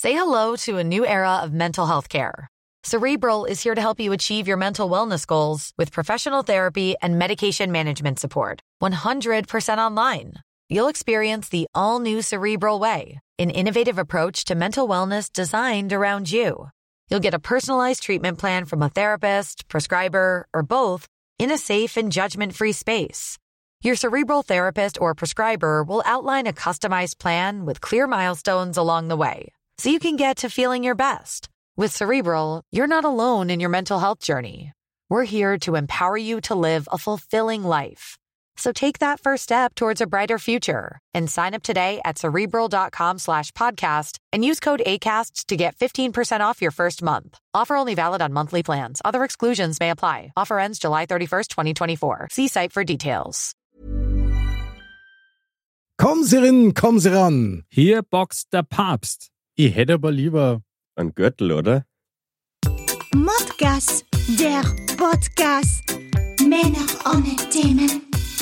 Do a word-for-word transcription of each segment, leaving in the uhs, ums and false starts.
Say hello to a new era of mental health care. Cerebral is here to help you achieve your mental wellness goals with professional therapy and medication management support. one hundred percent online. You'll experience the all-new Cerebral Way, an innovative approach to mental wellness designed around you. You'll get a personalized treatment plan from a therapist, prescriber, or both in a safe and judgment-free space. Your Cerebral therapist or prescriber will outline a customized plan with clear milestones along the way, so you can get to feeling your best. With Cerebral, you're not alone in your mental health journey. We're here to empower you to live a fulfilling life. So take that first step towards a brighter future and sign up today at Cerebral.com slash podcast and use code ACAST to get fifteen percent off your first month. Offer only valid on monthly plans. Other exclusions may apply. Offer ends July thirty-first, twenty twenty-four. See site for details. Kommen Sie rin, kommen Sie ran. Hier boxt der Papst. Ich hätte aber lieber ein Gürtel, oder? Modcast, der Podcast. Männer ohne Themen.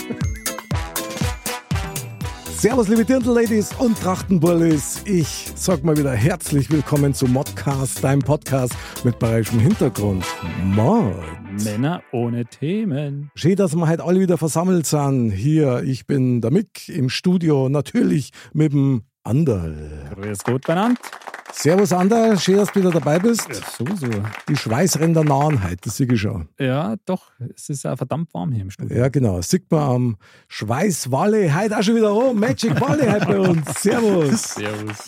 Servus, liebe Dirndl-Ladies und Trachtenbullis. Ich sag mal wieder herzlich willkommen zu Modcast, deinem Podcast mit bayerischem Hintergrund. Mod. Männer ohne Themen. Schön, dass wir heute alle wieder versammelt sind. Hier, ich bin der Mick im Studio, natürlich mit dem Anderl. Grüß Gott benannt. Servus Anderl, schön, dass du wieder dabei bist. Ja, sowieso. Die Schweißränder nahen heute, das sehe ich schon. Ja, doch, es ist ja verdammt warm hier im Studio. Ja, genau. Sieht man am Schweißwalle heute auch schon wieder. Oh, Magic Walle heute bei uns. Servus. Servus.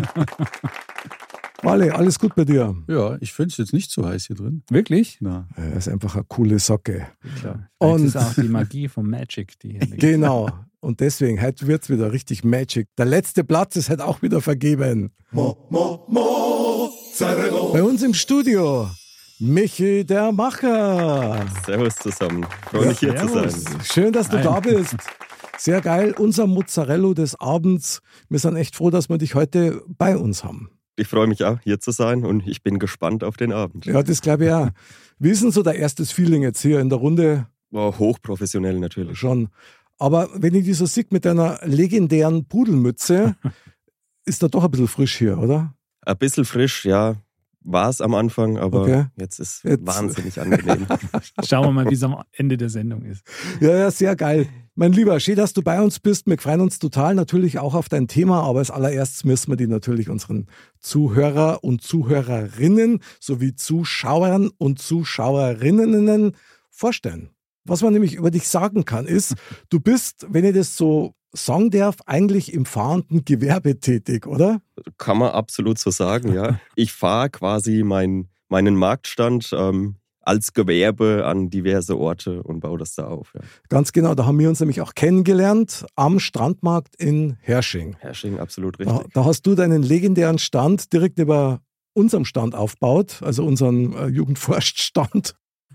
Walle, alles gut bei dir? Ja, ich finde es jetzt nicht so heiß hier drin. Wirklich? Na. Ja, ist einfach eine coole Socke. Klar. Und das ist auch die Magie vom Magic, die hier liegt. Genau. Und deswegen, heute wird es wieder richtig Magic. Der letzte Platz ist heute auch wieder vergeben. Mo, mo, mo, bei uns im Studio, Michi der Macher. Servus zusammen. Freue mich ja, hier servus. zu sein. Schön, dass du Nein. da bist. Sehr geil. Unser Mozzarella des Abends. Wir sind echt froh, dass wir dich heute bei uns haben. Ich freue mich auch, hier zu sein und ich bin gespannt auf den Abend. Ja, das glaube ich auch. Wie ist denn so dein erstes Feeling jetzt hier in der Runde? War hochprofessionell natürlich. Schon. Aber wenn ich dich so sehe mit deiner legendären Pudelmütze, ist da doch ein bisschen frisch hier, oder? Ein bisschen frisch, ja. War es am Anfang, aber Okay. jetzt ist Jetzt. wahnsinnig angenehm. Schauen wir mal, wie es am Ende der Sendung ist. Ja, ja, sehr geil. Mein Lieber, schön, dass du bei uns bist. Wir freuen uns total natürlich auch auf dein Thema, aber als allererstes müssen wir die natürlich unseren Zuhörer und Zuhörerinnen sowie Zuschauern und Zuschauerinnen vorstellen. Was man nämlich über dich sagen kann, ist, du bist, wenn ich das so sagen darf, eigentlich im fahrenden Gewerbe tätig, oder? Kann man absolut so sagen, ja. Ich fahre quasi mein, meinen Marktstand ähm, als Gewerbe an diverse Orte und baue das da auf. Ja. Ganz genau, da haben wir uns nämlich auch kennengelernt am Strandmarkt in Hersching. Hersching, absolut Da, richtig. da hast du deinen legendären Stand direkt über unserem Stand aufgebaut, also unseren äh, Jugendforststand.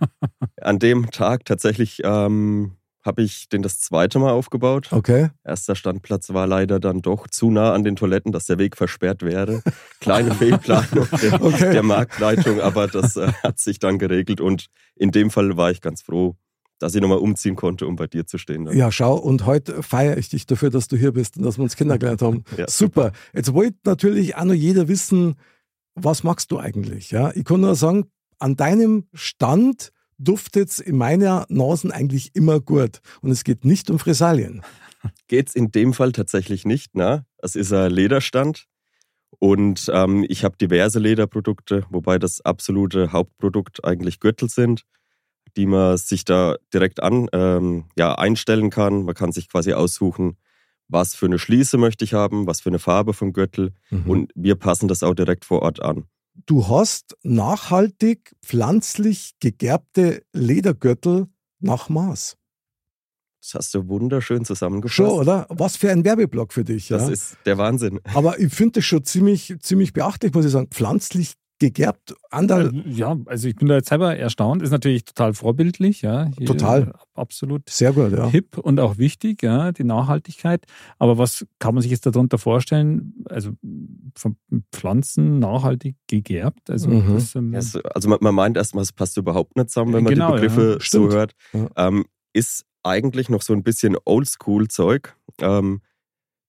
An dem Tag tatsächlich ähm, habe ich den das zweite Mal aufgebaut. Okay. Erster Standplatz war leider dann doch zu nah an den Toiletten, dass der Weg versperrt wäre. Kleine Fehlplanung der, Okay. der Marktleitung, aber das äh, hat sich dann geregelt und in dem Fall war ich ganz froh, dass ich nochmal umziehen konnte, um bei dir zu stehen. Dann. Ja, schau, und heute feiere ich dich dafür, dass du hier bist und dass wir uns kennengelernt haben. Ja, super. Jetzt wollte natürlich auch noch jeder wissen, was magst du eigentlich? Ja, ich kann nur sagen, an deinem Stand duftet es in meiner Nase eigentlich immer gut. Und es geht nicht um Frisalien. Geht's in dem Fall tatsächlich nicht. Ne? Es ist ein Lederstand und ähm, ich habe diverse Lederprodukte, wobei das absolute Hauptprodukt eigentlich Gürtel sind, die man sich da direkt an, ähm, ja, einstellen kann. Man kann sich quasi aussuchen, was für eine Schließe möchte ich haben, was für eine Farbe vom Gürtel Mhm. und wir passen das auch direkt vor Ort an. Du hast nachhaltig pflanzlich gegerbte Ledergürtel nach Maß. Das hast du wunderschön zusammengefasst. Schon, oder? Was für ein Werbeblock für dich. Das Ja? ist der Wahnsinn. Aber ich finde das schon ziemlich, ziemlich beachtlich, muss ich sagen. Pflanzlich gegerbt. Anderl, Ja, also ich bin da jetzt selber erstaunt. Ist natürlich total vorbildlich, ja. Hier Total. Absolut sehr gut, ja. hip und auch wichtig, ja, die Nachhaltigkeit. Aber was kann man sich jetzt darunter vorstellen? Also von Pflanzen nachhaltig gegerbt? Also, Mhm. das, ähm, Ja, es- also man, man meint erstmal, es passt überhaupt nicht zusammen, wenn man Genau, die Begriffe ja. so Stimmt. hört. Ja. Ähm, ist eigentlich noch so ein bisschen Oldschool-Zeug. Ähm,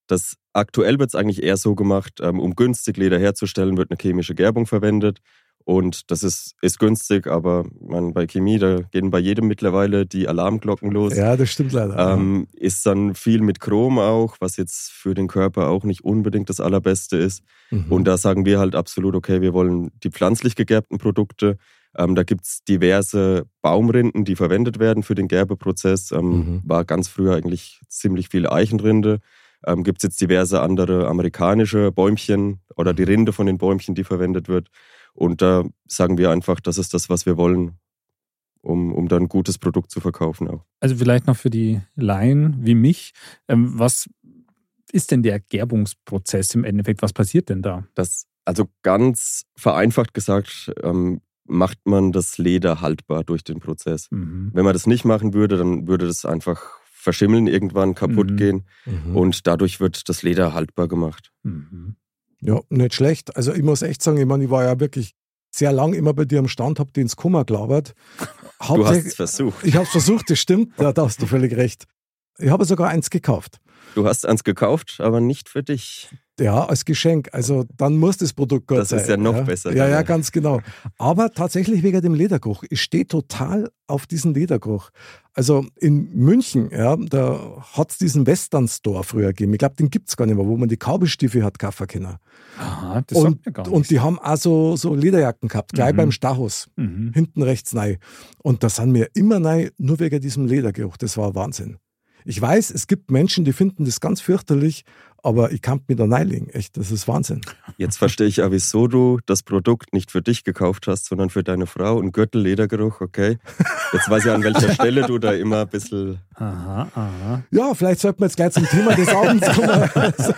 Das aktuell wird es eigentlich eher so gemacht, ähm, um günstig Leder herzustellen, wird eine chemische Gerbung verwendet. Und das ist, ist günstig, aber man, bei Chemie, da gehen bei jedem mittlerweile die Alarmglocken los. Ja, das stimmt leider. Ähm, ist dann viel mit Chrom auch, was jetzt für den Körper auch nicht unbedingt das Allerbeste ist. Mhm. Und da sagen wir halt absolut, okay, wir wollen die pflanzlich gegerbten Produkte. Ähm, da gibt es diverse Baumrinden, die verwendet werden für den Gerbeprozess. Ähm, Mhm. War ganz früher eigentlich ziemlich viel Eichenrinde. Ähm, gibt es jetzt diverse andere amerikanische Bäumchen oder die Rinde von den Bäumchen, die verwendet wird. Und da sagen wir einfach, das ist das, was wir wollen, um, um dann ein gutes Produkt zu verkaufen auch. Also vielleicht noch für die Laien wie mich, ähm, was ist denn der Gerbungsprozess im Endeffekt? Was passiert denn da? Das, also ganz vereinfacht gesagt, ähm, macht man das Leder haltbar durch den Prozess. Mhm. Wenn man das nicht machen würde, dann würde das einfach verschimmeln, irgendwann kaputt Mhm. gehen. Mhm. Und dadurch wird das Leder haltbar gemacht. Mhm. Ja, nicht schlecht. Also ich muss echt sagen, ich meine, ich war ja wirklich sehr lang immer bei dir am Stand, hab dir ins Kummer gelabert. Du hast es versucht. Ich habe es versucht, das stimmt, da, da hast du völlig recht. Ich habe sogar eins gekauft. Du hast eins gekauft, aber nicht für dich. Ja, als Geschenk. Also dann muss das Produkt gut Das sein. ist ja noch besser, Ja, dann, ja, ja. ganz genau. Aber tatsächlich wegen dem Ledergeruch. Ich stehe total auf diesen Ledergeruch. Also in München, ja, da hat es diesen Western Store früher gegeben. Ich glaube, den gibt es gar nicht mehr, wo man die Cowboystiefel hat kaufen können. Aha, das Und, sagt mir gar und nichts. die haben auch so, so Lederjacken gehabt, gleich Mhm. beim Stachus. Mhm. Hinten rechts rein. Und da sind wir immer rein, nur wegen diesem Ledergeruch. Das war Wahnsinn. Ich weiß, es gibt Menschen, die finden das ganz fürchterlich, aber ich kann mir da reinlegen. Echt, das ist Wahnsinn. Jetzt verstehe ich ja, wieso du das Produkt nicht für dich gekauft hast, sondern für deine Frau. Ein Gürtel, Ledergeruch, okay. Jetzt weiß ich, an welcher Stelle du da immer ein bisschen... Aha, aha. Ja, vielleicht sollten wir jetzt gleich zum Thema des Abends kommen.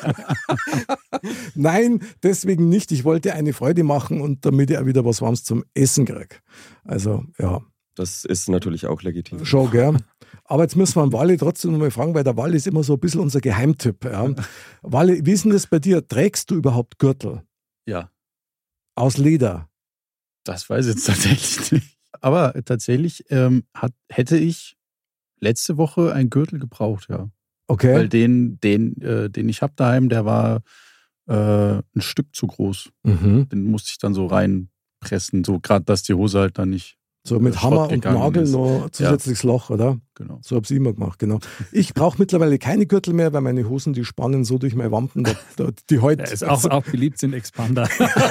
Nein, deswegen nicht. Ich wollte eine Freude machen und damit ich auch wieder was Warmes zum Essen kriege. Also, ja, Das ist natürlich auch legitim. schon, gell. Aber jetzt müssen wir den Wally trotzdem noch mal fragen, weil der Wally ist immer so ein bisschen unser Geheimtipp. Ja. Wally, wie ist denn das bei dir? Trägst du überhaupt Gürtel Ja, aus Leder? das weiß ich jetzt tatsächlich nicht. Aber tatsächlich ähm, hat, hätte ich letzte Woche einen Gürtel gebraucht, ja. Okay. Weil den, den, äh, den ich habe daheim, der war äh, ein Stück zu groß. Mhm. Den musste ich dann so reinpressen, so gerade, dass die Hose halt dann nicht So mit Schrott Hammer und gegangen Nagel ist. noch ein zusätzliches Loch, oder? Genau. So habe ich es immer gemacht, genau. Ich brauche mittlerweile keine Gürtel mehr, weil meine Hosen, die spannen so durch meine Wampen, da, da, die heute. Der ist auch, auch beliebt sind Expander.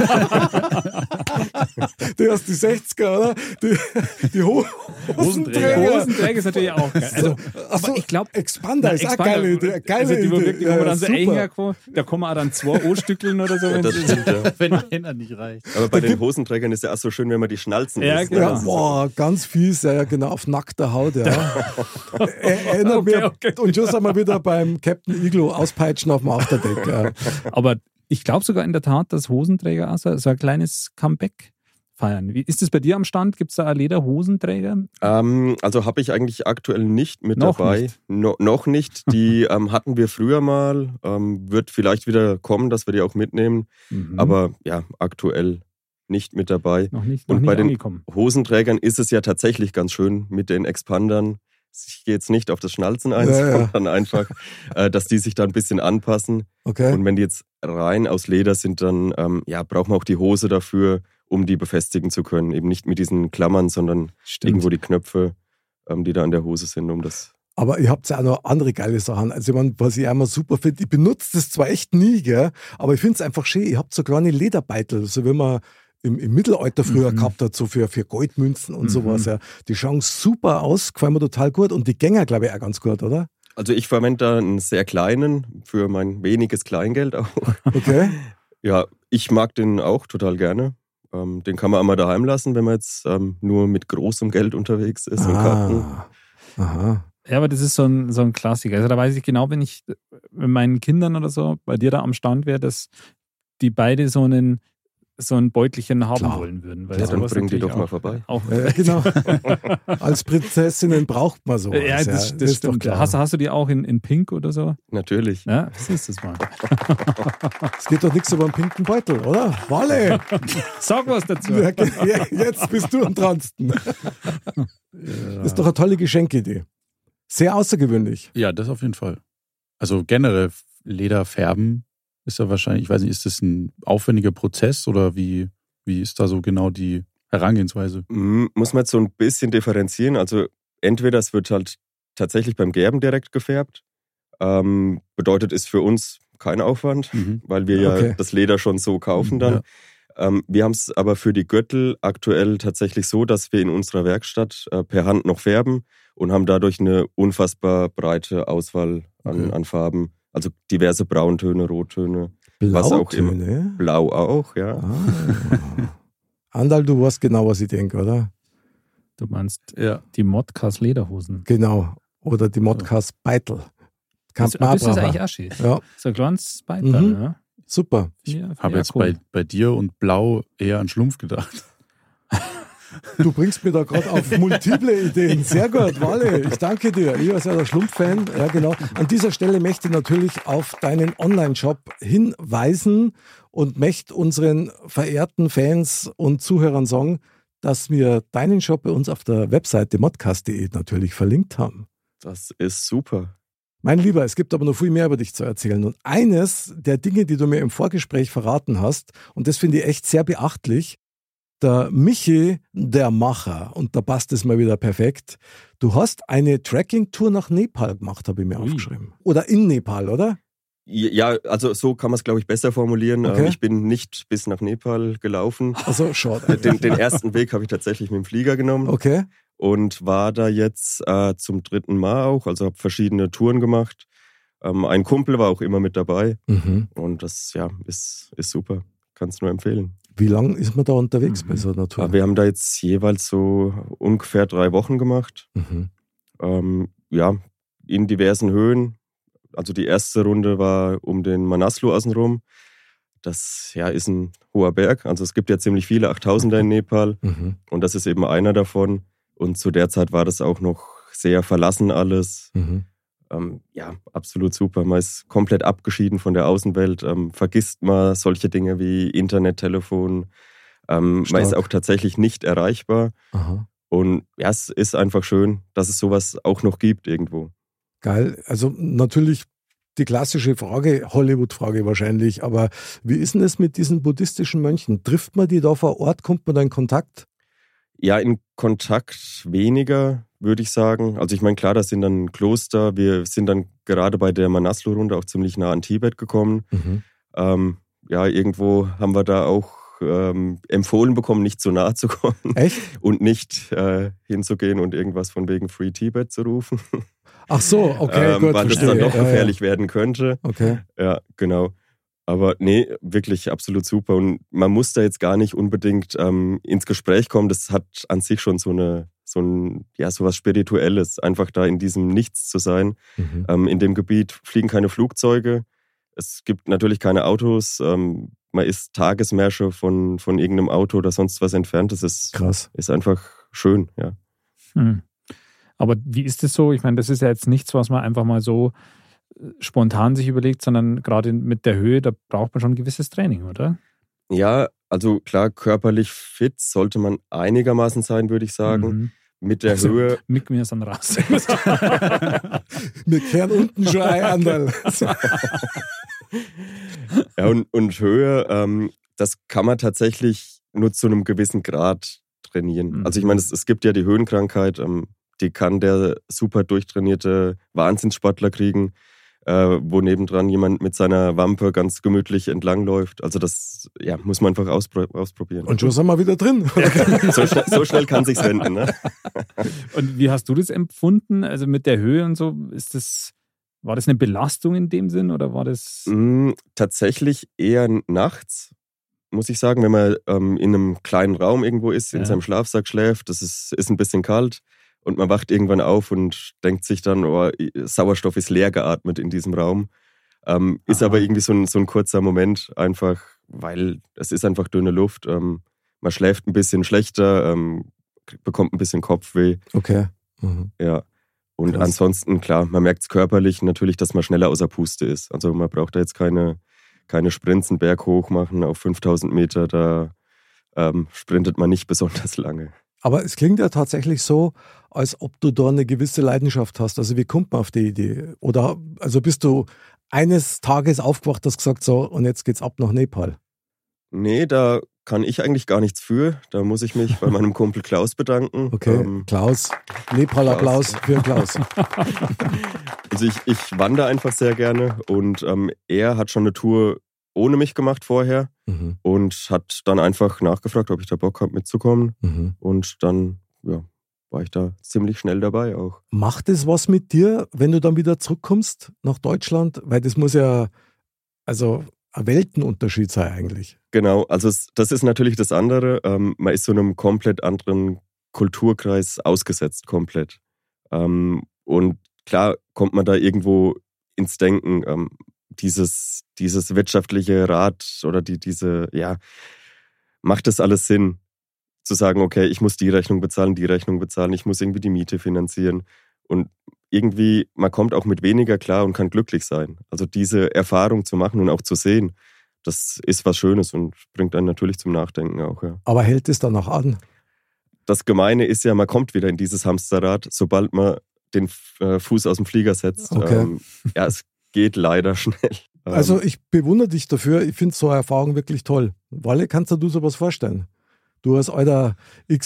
Du hast die sechziger, oder? Die, die Ho Hosenträger. Hosenträger ist natürlich auch geil. Also, Achso, aber ich glaube, Expander ist auch geile Idee. Geile also die, wo, Idee. wirklich, wo man dann so super. enger kommt, da kommen auch dann zwei O-Stückeln oder so. Ja, das stimmt, ja. Wenn einer nicht reicht. Aber bei den Hosenträgern ist ja auch so schön, wenn man die Schnalzen Ja, isst, genau. ne? Ja, Das ist- boah, ganz fies, ja, ja, genau, auf nackter Haut, ja. Er- Erinnert Okay, mir, okay. und schon sind wir wieder beim Captain Iglo auspeitschen auf dem Afterdeck. Ja. Aber ich glaube sogar in der Tat, dass Hosenträger auch so, so ein kleines Comeback feiern. Wie ist es bei dir am Stand? Gibt es da Lederhosenträger? Ähm, also habe ich eigentlich aktuell nicht mit Noch dabei. nicht. No, noch nicht. Die ähm, hatten wir früher mal. Ähm, wird vielleicht wieder kommen, dass wir die auch mitnehmen. Mhm. Aber ja, aktuell nicht mit dabei. noch nicht, noch Und nicht bei den angekommen. Hosenträgern ist es ja tatsächlich ganz schön mit den Expandern. Ich gehe jetzt nicht auf das Schnalzen ein, Ja, ja. sondern einfach, äh, dass die sich da ein bisschen anpassen. Okay. Und wenn die jetzt rein aus Leder sind, dann ähm, ja, braucht man auch die Hose dafür, um die befestigen zu können. Eben nicht mit diesen Klammern, sondern Stimmt. irgendwo die Knöpfe, ähm, die da an der Hose sind, um das. Aber ihr habt ja auch noch andere geile Sachen. Also, ich meine, was ich einmal super finde, ich benutze das zwar echt nie, gell, aber ich finde es einfach schön. Ihr habt so kleine Lederbeitel, so wie man im, im Mittelalter früher Mhm. gehabt hat, so für, für Goldmünzen und Mhm. sowas. Ja. Die schauen super aus, gefallen mir total gut und die Gänger, glaube ich, auch ganz gut, oder? Also ich verwende da einen sehr kleinen für mein weniges Kleingeld auch. Okay. Ja, ich mag den auch total gerne. Ähm, den kann man einmal daheim lassen, wenn man jetzt ähm, nur mit großem Geld unterwegs ist. Und Karten. Ah. Aha. Ja, aber das ist so ein, so ein Klassiker. Also da weiß ich genau, wenn ich mit meinen Kindern oder so bei dir da am Stand wäre, dass die beide so einen so ein Beutelchen haben Klar. wollen würden. Weil Ja, dann sowas bring die natürlich doch mal auch- vorbei. Auch, Ja, genau. Als Prinzessinnen braucht man sowas. ja, das, ja. das ist doch stimmt. klar. Hast, hast du die auch in, in Pink oder so? Natürlich. Ja, das ist das mal. Es geht doch nichts über einen pinken Beutel, oder? Walle! Sag was dazu. Ja, ja, jetzt bist du am dransten. Das ist doch eine tolle Geschenkidee. Sehr außergewöhnlich. Ja, das auf jeden Fall. Also generell Leder färben ist ja wahrscheinlich, ich weiß nicht, ist das ein aufwendiger Prozess oder wie, wie ist da so genau die Herangehensweise? Muss man jetzt so ein bisschen differenzieren. Also entweder es wird halt tatsächlich beim Gerben direkt gefärbt. Ähm, bedeutet, ist für uns kein Aufwand, mhm. weil wir okay. ja das Leder schon so kaufen dann. Ja. Ähm, wir haben es aber für die Gürtel aktuell tatsächlich so, dass wir in unserer Werkstatt äh, per Hand noch färben und haben dadurch eine unfassbar breite Auswahl an, okay. an Farben. Also diverse Brauntöne, Rottöne. Blautöne? Was auch immer. Blau auch, ja. Ah. Andal, du weißt genau, was ich denke, oder? Du meinst ja. die Modcast Lederhosen. Genau. Oder die Modcast Beitel. Das, das ist eigentlich Aschi. Ja. So ein kleines Beitel, mhm. ja. Super. Ich ja, habe jetzt cool. bei, bei dir und Blau eher an Schlumpf gedacht. Du bringst mir da gerade auf multiple Ideen. Sehr gut, Wale. Ich danke dir. Ich als ja der Schlumpf-Fan. Ja, genau. An dieser Stelle möchte ich natürlich auf deinen Online-Shop hinweisen und möchte unseren verehrten Fans und Zuhörern sagen, dass wir deinen Shop bei uns auf der Webseite modcast punkt de natürlich verlinkt haben. Das ist super. Mein Lieber, es gibt aber noch viel mehr über dich zu erzählen. Und eines der Dinge, die du mir im Vorgespräch verraten hast, und das finde ich echt sehr beachtlich, der Michi, der Macher, und da passt es mal wieder perfekt, du hast eine Trekking-Tour nach Nepal gemacht, habe ich mir Ui. aufgeschrieben. Oder in Nepal, oder? Ja, also so kann man es, glaube ich, besser formulieren. Okay. Ich bin nicht bis nach Nepal gelaufen. Also schade. Den, den ersten Weg habe ich tatsächlich mit dem Flieger genommen. Okay. Und war da jetzt äh, zum dritten Mal auch, also habe verschiedene Touren gemacht. Ähm, ein Kumpel war auch immer mit dabei. Mhm. Und das ja ist, ist super, kann es nur empfehlen. Wie lange ist man da unterwegs mhm. bei so einer Tour? Ja, wir haben da jetzt jeweils so ungefähr drei Wochen gemacht. Mhm. Ähm, ja, in diversen Höhen. Also die erste Runde war um den Manaslu außenrum. Das ja, ist ein hoher Berg. Also es gibt ja ziemlich viele Achttausender in Nepal. Mhm. Und das ist eben einer davon. Und zu der Zeit war das auch noch sehr verlassen alles. Mhm. Ähm, ja, absolut super. Man ist komplett abgeschieden von der Außenwelt. Ähm, vergisst man solche Dinge wie Internet, Telefon. Ähm, man ist auch tatsächlich nicht erreichbar. Aha. Und ja, es ist einfach schön, dass es sowas auch noch gibt irgendwo. Geil. Also natürlich die klassische Frage, Hollywood-Frage wahrscheinlich, aber wie ist denn es mit diesen buddhistischen Mönchen? Trifft man die da vor Ort? Kommt man da in Kontakt? Ja, in Kontakt weniger, würde ich sagen. Also ich meine, klar, das sind dann Kloster. Wir sind dann gerade bei der Manaslu-Runde auch ziemlich nah an Tibet gekommen. Mhm. Ähm, ja, irgendwo haben wir da auch ähm, empfohlen bekommen, nicht zu nahe zu kommen. Echt? Und nicht äh, hinzugehen und irgendwas von wegen Free Tibet zu rufen. Ach so, okay, ähm, gut, weil verstehe. das dann doch ja, gefährlich ja. werden könnte. Okay. Ja, genau. Aber nee, wirklich absolut super. Und man muss da jetzt gar nicht unbedingt ähm, ins Gespräch kommen. Das hat an sich schon so eine, so ein, ja, so was Spirituelles, einfach da in diesem Nichts zu sein. Mhm. Ähm, in dem Gebiet fliegen keine Flugzeuge. Es gibt natürlich keine Autos. Ähm, man ist Tagesmärsche von, von irgendeinem Auto oder sonst was entfernt. Das ist, Krass. ist einfach schön, ja. Hm. Aber wie ist es so? Ich meine, das ist ja jetzt nichts, was man einfach mal so spontan sich überlegt, sondern gerade mit der Höhe, da braucht man schon ein gewisses Training, oder? Ja, also klar, körperlich fit sollte man einigermaßen sein, würde ich sagen. Mhm. Mit der also, Höhe. Mit mir ist dann raus. Wir kehren unten schon ein, Anderl. Ja, und, und Höhe, ähm, das kann man tatsächlich nur zu einem gewissen Grad trainieren. Mhm. Also ich meine, es, es gibt ja die Höhenkrankheit, ähm, die kann der super durchtrainierte Wahnsinnssportler kriegen, äh, wo nebendran jemand mit seiner Wampe ganz gemütlich entlangläuft. Also das ja, muss man einfach auspro- ausprobieren. Und schon sind wir wieder drin. so, schnell, so schnell kann sich's wenden. Ne? Und wie hast du das empfunden? Also mit der Höhe und so, ist das, war das eine Belastung in dem Sinn oder war das? Mm, tatsächlich eher nachts, muss ich sagen, wenn man ähm, in einem kleinen Raum irgendwo ist, in ja. seinem Schlafsack schläft, das ist, ist ein bisschen kalt. Und man wacht irgendwann auf und denkt sich dann, oh, Sauerstoff ist leer geatmet in diesem Raum. Ähm, ist aber irgendwie so ein, so ein kurzer Moment, einfach, weil es ist einfach dünne Luft. Ähm, man schläft ein bisschen schlechter, ähm, bekommt ein bisschen Kopfweh. Okay. Mhm. Ja. Und Krass. Ansonsten, klar, man merkt es körperlich natürlich, dass man schneller außer Puste ist. Also man braucht da jetzt keine, keine Sprints einen Berg hoch machen auf fünftausend Meter. Da ähm, sprintet man nicht besonders lange. Aber es klingt ja tatsächlich so, als ob du da eine gewisse Leidenschaft hast. Also wie kommt man auf die Idee? Oder also bist du eines Tages aufgewacht, hast gesagt, so, und jetzt geht's ab nach Nepal? Nee, da kann ich eigentlich gar nichts für. Da muss ich mich bei meinem Kumpel Klaus bedanken. Okay, ähm, Klaus. Nepal-Applaus für Klaus. Also ich, ich wandere einfach sehr gerne und ähm, er hat schon eine Tour ohne mich gemacht vorher mhm. und hat dann einfach nachgefragt, ob ich da Bock habe mitzukommen. Mhm. Und dann ja, war ich da ziemlich schnell dabei auch. Macht es was mit dir, wenn du dann wieder zurückkommst nach Deutschland? Weil das muss ja also ein Weltenunterschied sein eigentlich. Genau, also das ist natürlich das andere. Ähm, man ist so einem komplett anderen Kulturkreis ausgesetzt, komplett. Ähm, und klar kommt man da irgendwo ins Denken. Ähm, dieses, dieses wirtschaftliche Rad oder die, diese, ja, macht das alles Sinn? Zu sagen, okay, ich muss die Rechnung bezahlen, die Rechnung bezahlen, ich muss irgendwie die Miete finanzieren. Und irgendwie, man kommt auch mit weniger klar und kann glücklich sein. Also diese Erfahrung zu machen und auch zu sehen, das ist was Schönes und bringt einen natürlich zum Nachdenken auch. Ja. Aber hält es dann auch an? Das Gemeine ist ja, man kommt wieder in dieses Hamsterrad, sobald man den Fuß aus dem Flieger setzt. Okay. Ähm, ja, es geht leider schnell. Also ich bewundere dich dafür. Ich finde so eine Erfahrung wirklich toll. Walle, kannst du dir sowas vorstellen? Du als alter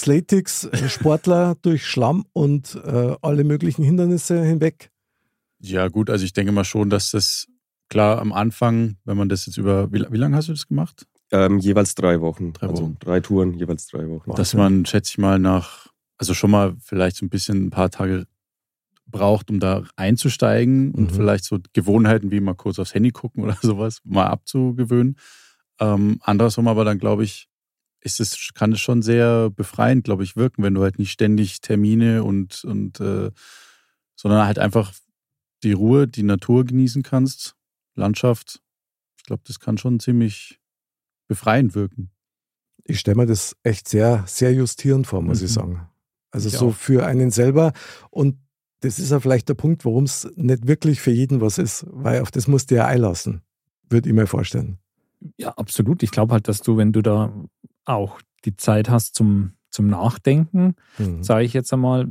Xletics-Sportler durch Schlamm und äh, alle möglichen Hindernisse hinweg. Ja gut, also ich denke mal schon, dass das klar am Anfang, wenn man das jetzt über, wie, wie lange hast du das gemacht? Ähm, jeweils drei Wochen. Drei also Wochen. Drei Touren, jeweils drei Wochen. Dass man, schätze ich mal, nach, also schon mal vielleicht so ein bisschen ein paar Tage braucht, um da einzusteigen und mhm. vielleicht so Gewohnheiten wie mal kurz aufs Handy gucken oder sowas mal abzugewöhnen. Ähm, andersrum aber dann, glaube ich, ist es, kann es schon sehr befreiend, glaube ich, wirken, wenn du halt nicht ständig Termine und, und äh, sondern halt einfach die Ruhe, die Natur genießen kannst, Landschaft. Ich glaube, das kann schon ziemlich befreiend wirken. Ich stelle mir das echt sehr, sehr justierend vor, muss mhm. ich sagen. Also ich so auch. Für einen selber. Und das ist ja vielleicht der Punkt, warum es nicht wirklich für jeden was ist, weil auf das musst du ja einlassen, würde ich mir vorstellen. Ja, absolut. Ich glaube halt, dass du, wenn du da auch die Zeit hast zum, zum Nachdenken, mhm. sage ich jetzt einmal,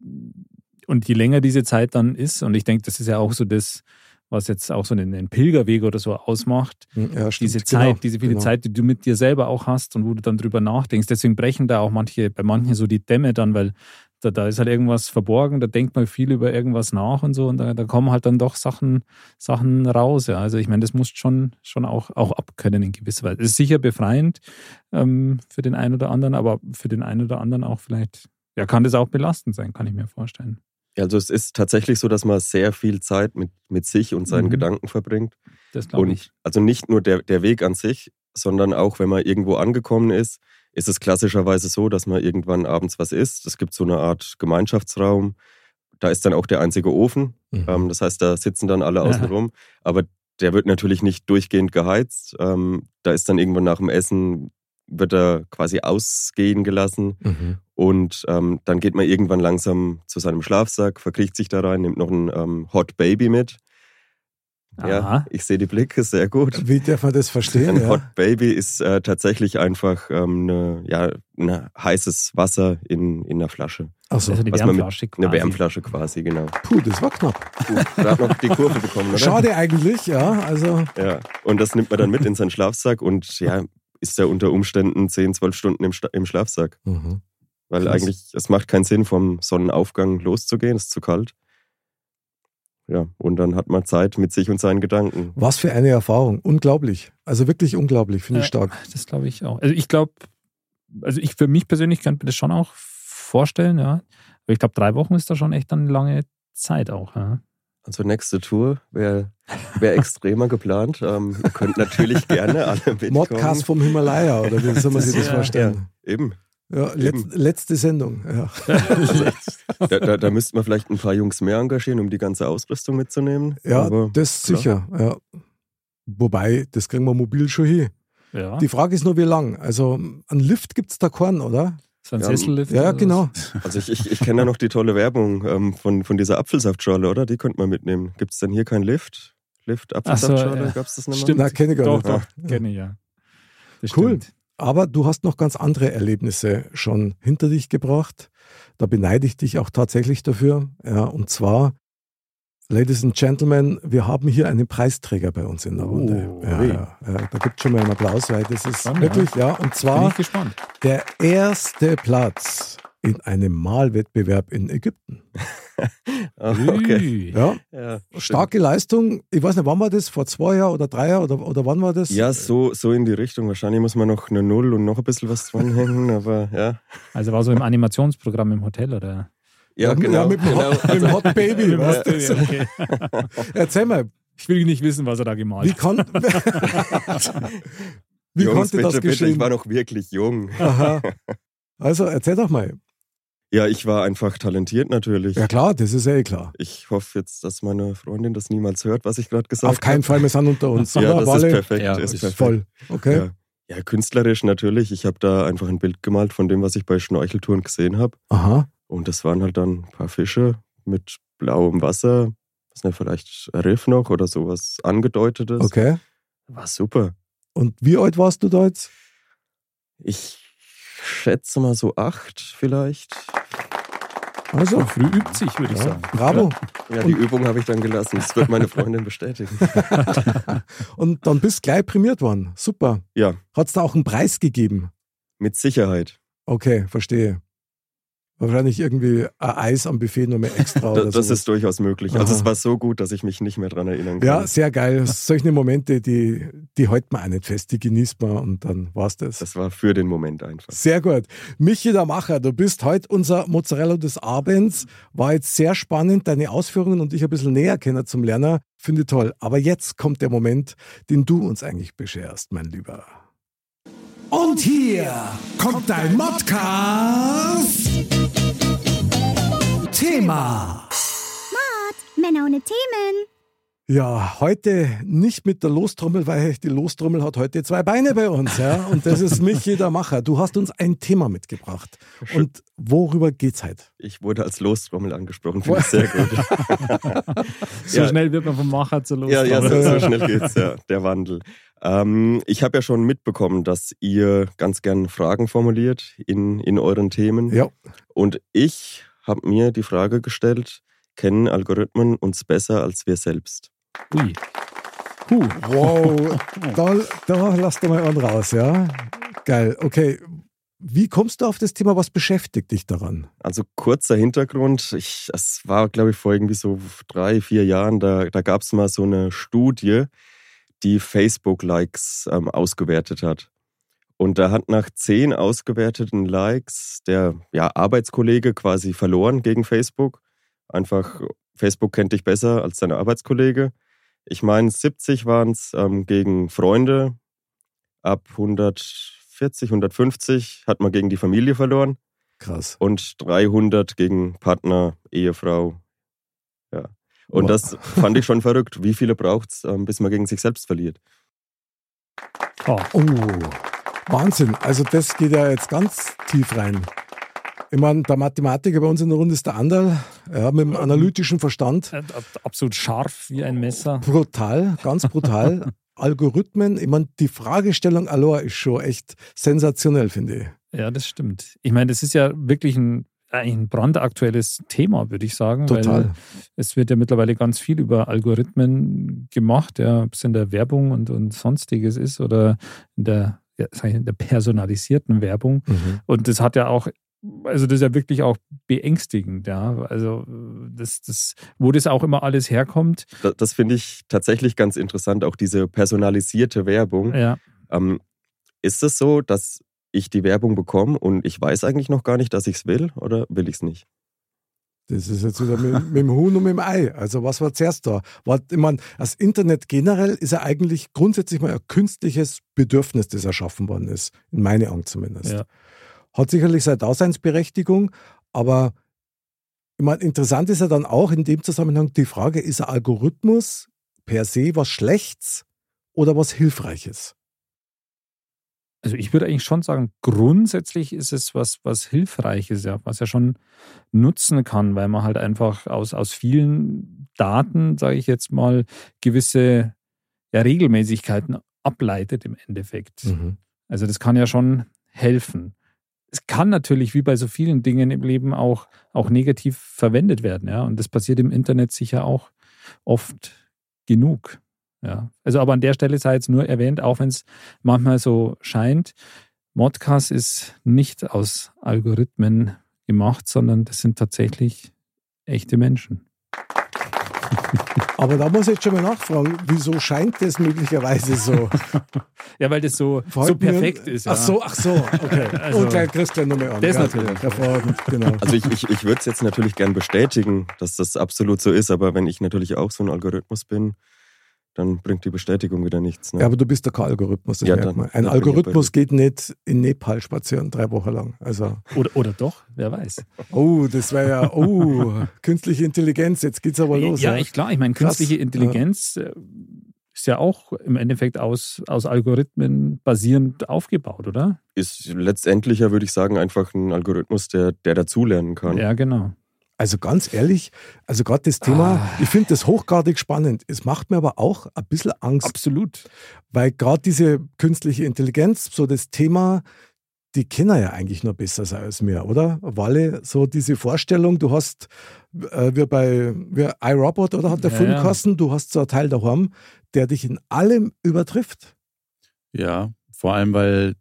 und je länger diese Zeit dann ist, und ich denke, das ist ja auch so das, was jetzt auch so einen Pilgerweg oder so ausmacht, ja, stimmt, diese Zeit, genau, diese viele genau. Zeit, die du mit dir selber auch hast und wo du dann drüber nachdenkst. Deswegen brechen da auch manche, bei manchen so die Dämme dann, weil da, da ist halt irgendwas verborgen, da denkt man viel über irgendwas nach und so und da, da kommen halt dann doch Sachen, Sachen raus. Ja. Also ich meine, das musst schon, schon auch, auch abkönnen in gewisser Weise. Es ist sicher befreiend ähm, für den einen oder anderen, aber für den einen oder anderen auch vielleicht, ja, kann das auch belastend sein, kann ich mir vorstellen. Also es ist tatsächlich so, dass man sehr viel Zeit mit, mit sich und seinen mhm. Gedanken verbringt. Das glaube ich. Also nicht nur der, der Weg an sich, sondern auch, wenn man irgendwo angekommen ist, ist es klassischerweise so, dass man irgendwann abends was isst. Es gibt so eine Art Gemeinschaftsraum. Da ist dann auch der einzige Ofen. Mhm. Ähm, das heißt, da sitzen dann alle außen rum. Aber der wird natürlich nicht durchgehend geheizt. Ähm, da ist dann irgendwann nach dem Essen, wird er quasi ausgehen gelassen. Mhm. Und ähm, dann geht man irgendwann langsam zu seinem Schlafsack, verkriecht sich da rein, nimmt noch ein ähm, Hot Baby mit. Aha. Ja, ich sehe die Blicke, sehr gut. Wie darf man das verstehen? Ein ja? Hot Baby ist äh, tatsächlich einfach ähm, eine, ja, ein heißes Wasser in, in einer Flasche. Ach so. Also die Was man Wärmflasche mit, quasi. Eine Wärmflasche quasi, genau. Puh, das war knapp. Gerade noch die Kurve bekommen, oder? Schade eigentlich, ja. Also Ja, und das nimmt man dann mit in seinen Schlafsack und ja, ist ja unter Umständen zehn, zwölf Stunden im, Sta- im Schlafsack. Mhm. Weil Krass. eigentlich, es macht keinen Sinn, vom Sonnenaufgang loszugehen, es ist zu kalt. Ja, und dann hat man Zeit mit sich und seinen Gedanken. Was für eine Erfahrung. Unglaublich. Also wirklich unglaublich, finde ich stark. Das glaube ich auch. Also ich glaube, also ich für mich persönlich könnte mir das schon auch vorstellen, ja. Aber ich glaube, drei Wochen ist da schon echt eine lange Zeit auch, ja. Also nächste Tour wäre wär extremer geplant. Ähm, ihr könnt natürlich gerne alle mitkommen. Modcast vom Himalaya, oder wie soll man sich das Ja, vorstellen? Ja, eben. Ja, letz, letzte Sendung. Ja. Da, da, da müsste man vielleicht ein paar Jungs mehr engagieren, um die ganze Ausrüstung mitzunehmen. Ja, Aber das klar. sicher. Ja. Wobei, das kriegen wir mobil schon hin. Ja. Die Frage ist nur, wie lang. Also einen Lift gibt es da keinen, oder? So ein Ja, Sessellift. Ja, oder genau. Also ich, ich, ich kenne da noch die tolle Werbung ähm, von, von dieser Apfelsaftschorle, oder? Die könnte man mitnehmen. Gibt es denn hier kein Lift? Lift, Apfelsaftschorle? Ach so, ja. Gab es das nicht mehr? Stimmt. Na, kenne ich gar Doch, nicht. doch, Ja. kenne ich ja. Das Cool. stimmt. Aber du hast noch ganz andere Erlebnisse schon hinter dich gebracht. Da beneide ich dich auch tatsächlich dafür. Ja, und zwar Ladies and Gentlemen, wir haben hier einen Preisträger bei uns in der Runde. Oh, ja, hey. ja, ja, da gibt es schon mal einen Applaus, weil das ist Spannend, wirklich, ja, und Bin zwar ich gespannt. der erste Platz in einem Malwettbewerb in Ägypten. Ah, okay. Ui. Ja, Ja, starke Leistung. Ich weiß nicht, wann war das? Vor zwei Jahren oder drei Jahren oder, oder wann war das? Ja, so, so in die Richtung. Wahrscheinlich muss man noch eine Null und noch ein bisschen was dranhängen, aber ja. Also war so im Animationsprogramm im Hotel, oder? Ja, Ja, genau. ja, mit dem genau. Hot, mit dem Hot Baby. Mit weißt Hot du? Baby, okay. Erzähl mal, Ich will nicht wissen, was er da gemalt wie, hat. kon wie Jungs, konnte das bitte, bitte, geschehen? ich war noch wirklich jung. Aha. Also, erzähl doch mal. Ja, ich war einfach talentiert natürlich. Ja klar, das ist ja eh klar. Ich hoffe jetzt, dass meine Freundin das niemals hört, was ich gerade gesagt habe. Auf keinen Fall, wir sind unter uns. Ja, oder? das Walle? ist perfekt. Ja, ist ist perfekt. Voll. Okay. Ja. ja, künstlerisch natürlich. Ich habe da einfach ein Bild gemalt von dem, was ich bei Schnorcheltouren gesehen habe. Aha. Und das waren halt dann ein paar Fische mit blauem Wasser. Was nicht, vielleicht ein Riff noch oder sowas Angedeutetes. Okay. War super. Und wie alt warst du da jetzt? Ich schätze mal so acht vielleicht. Also, So früh übt sich, würde ich ja, sagen. bravo. Ja, die Übung habe ich dann gelassen. Das wird meine Freundin bestätigen. Und dann bist du gleich prämiert worden. Super. Ja, Hat es da auch einen Preis gegeben? mit Sicherheit. Okay, verstehe. Wahrscheinlich irgendwie ein Eis am Buffet noch mehr extra. Da, oder das sowas. ist durchaus möglich. Also Aha. es war so gut, dass ich mich nicht mehr dran erinnern kann. Ja, sehr geil. Solche Momente, die, die hält man auch nicht fest, die genießt man und dann war's das. Das war für den Moment einfach. Sehr gut. Michi der Macher, du bist heute unser Mozzarella des Abends. War jetzt sehr spannend, deine Ausführungen und dich ein bisschen näher kennen zum Lerner. Finde ich toll. Aber jetzt kommt der Moment, den du uns eigentlich bescherst, mein Lieber. Und hier kommt dein Modcast Thema. Männer ohne Themen. Ja, heute nicht mit der Lostrommel, weil die Lostrommel hat heute zwei Beine bei uns. Ja? Und das ist Michi der Macher. Du hast uns ein Thema mitgebracht. Und worüber geht's heute? Ich wurde als Lostrommel angesprochen, finde ich sehr gut. So Ja. schnell wird man vom Macher zu los. ja, ja, so, so schnell geht's, ja, der Wandel. Ähm, ich habe ja schon mitbekommen, dass ihr ganz gern Fragen formuliert in, in euren Themen. Ja, Und ich habe mir die Frage gestellt, kennen Algorithmen uns besser als wir selbst? Ui. Puh. wow. Da, da lass doch mal einen raus, ja? Geil, okay. Wie kommst du auf das Thema? Was beschäftigt dich daran? Also kurzer Hintergrund, ich, es war glaube ich vor irgendwie so drei, vier Jahren, da, da gab es mal so eine Studie, die Facebook-Likes ähm, ausgewertet hat. Und da hat nach zehn ausgewerteten Likes der ja, Arbeitskollege quasi verloren gegen Facebook. Einfach, Facebook kennt dich besser als dein Arbeitskollege. Ich meine, siebzig waren es ähm, gegen Freunde. Ab hundertvierzig, hundertfünfzig hat man gegen die Familie verloren. Krass. Und dreihundert gegen Partner, Ehefrau. Ja. Und Wow. das fand ich schon verrückt. Wie viele braucht es, ähm, bis man gegen sich selbst verliert? Oh. Oh, Wahnsinn. Also das geht ja jetzt ganz tief rein. Ich meine, der Mathematiker bei uns in der Runde ist der Anderl, ja, mit dem analytischen Verstand. Äh, Absolut scharf wie ein Messer. Brutal, ganz brutal. Algorithmen, ich meine, die Fragestellung allein ist schon echt sensationell, finde ich. Ja, das stimmt. Ich meine, das ist ja wirklich ein, ein brandaktuelles Thema, würde ich sagen. Total. Weil es wird ja mittlerweile ganz viel über Algorithmen gemacht, ja, ob es in der Werbung und, und sonstiges ist oder in der, ja, sag ich, in der personalisierten Werbung. Mhm. Und das hat ja auch, also das ist ja wirklich auch beängstigend, ja. Also das, das, wo das auch immer alles herkommt. Das, das finde ich tatsächlich ganz interessant, auch diese personalisierte Werbung. Ja. Ähm, ist es so, dass ich die Werbung bekomme und ich weiß eigentlich noch gar nicht, dass ich es will, oder will ich es nicht? Das ist jetzt wieder mit, mit dem Huhn und mit dem Ei. Also was war zuerst da? War, ich meine, das Internet generell ist ja eigentlich grundsätzlich mal ein künstliches Bedürfnis, das erschaffen worden ist. In meinen Augen zumindest. Ja. Hat sicherlich seine Daseinsberechtigung, aber ich meine, interessant ist ja dann auch in dem Zusammenhang die Frage, ist ein Algorithmus per se was Schlechtes oder was Hilfreiches? Also ich würde eigentlich schon sagen, grundsätzlich ist es was, was Hilfreiches, ja, was er schon nutzen kann, weil man halt einfach aus, aus vielen Daten, sage ich jetzt mal, gewisse ja, Regelmäßigkeiten ableitet im Endeffekt. Mhm. Also das kann ja schon helfen. Es kann natürlich, wie bei so vielen Dingen im Leben, auch, auch negativ verwendet werden, ja. Und das passiert im Internet sicher auch. oft genug. Ja. Also aber an der Stelle sei jetzt nur erwähnt, auch wenn es manchmal so scheint, Modcast ist nicht aus Algorithmen gemacht, sondern das sind tatsächlich echte Menschen. Aber da muss ich jetzt schon mal nachfragen, wieso scheint das möglicherweise so? Ja, weil das so, so perfekt ist. Ja. Ach so, ach so, okay. Also, und gleich kriegst du nochmal an. Das ja, natürlich. Hervorragend, genau. Also ich, ich, ich würde es jetzt natürlich gern bestätigen, dass das absolut so ist, aber wenn ich natürlich auch so ein Algorithmus bin, dann bringt die Bestätigung wieder nichts. Ne? Ja, aber du bist doch kein Algorithmus. Das Ja, merkt dann- man. Ein dann bin ich Algorithmus bei geht nicht in Nepal spazieren, drei Wochen lang. Also, Oder, oder doch, wer weiß. oh, das wäre ja, oh, künstliche Intelligenz, jetzt geht's aber los. Ja, ich, klar, ich meine, Krass. künstliche Intelligenz äh, ist ja auch im Endeffekt aus, aus Algorithmen basierend aufgebaut, oder? Ist letztendlich ja, würde ich sagen, einfach ein Algorithmus, der, der dazulernen kann. Ja, genau. Also ganz ehrlich, also gerade das Thema, Ah. ich finde das hochgradig spannend. Es macht mir aber auch ein bisschen Angst, Absolut. weil gerade diese künstliche Intelligenz, so das Thema, die kennen ja eigentlich nur besser sein als mir, oder? Walle, so diese Vorstellung, du hast, äh, wie bei wie iRobot, oder hat der Ja, Film ja. geheißen, du hast so einen Teil daheim, der dich in allem übertrifft. Ja, vor allem, weil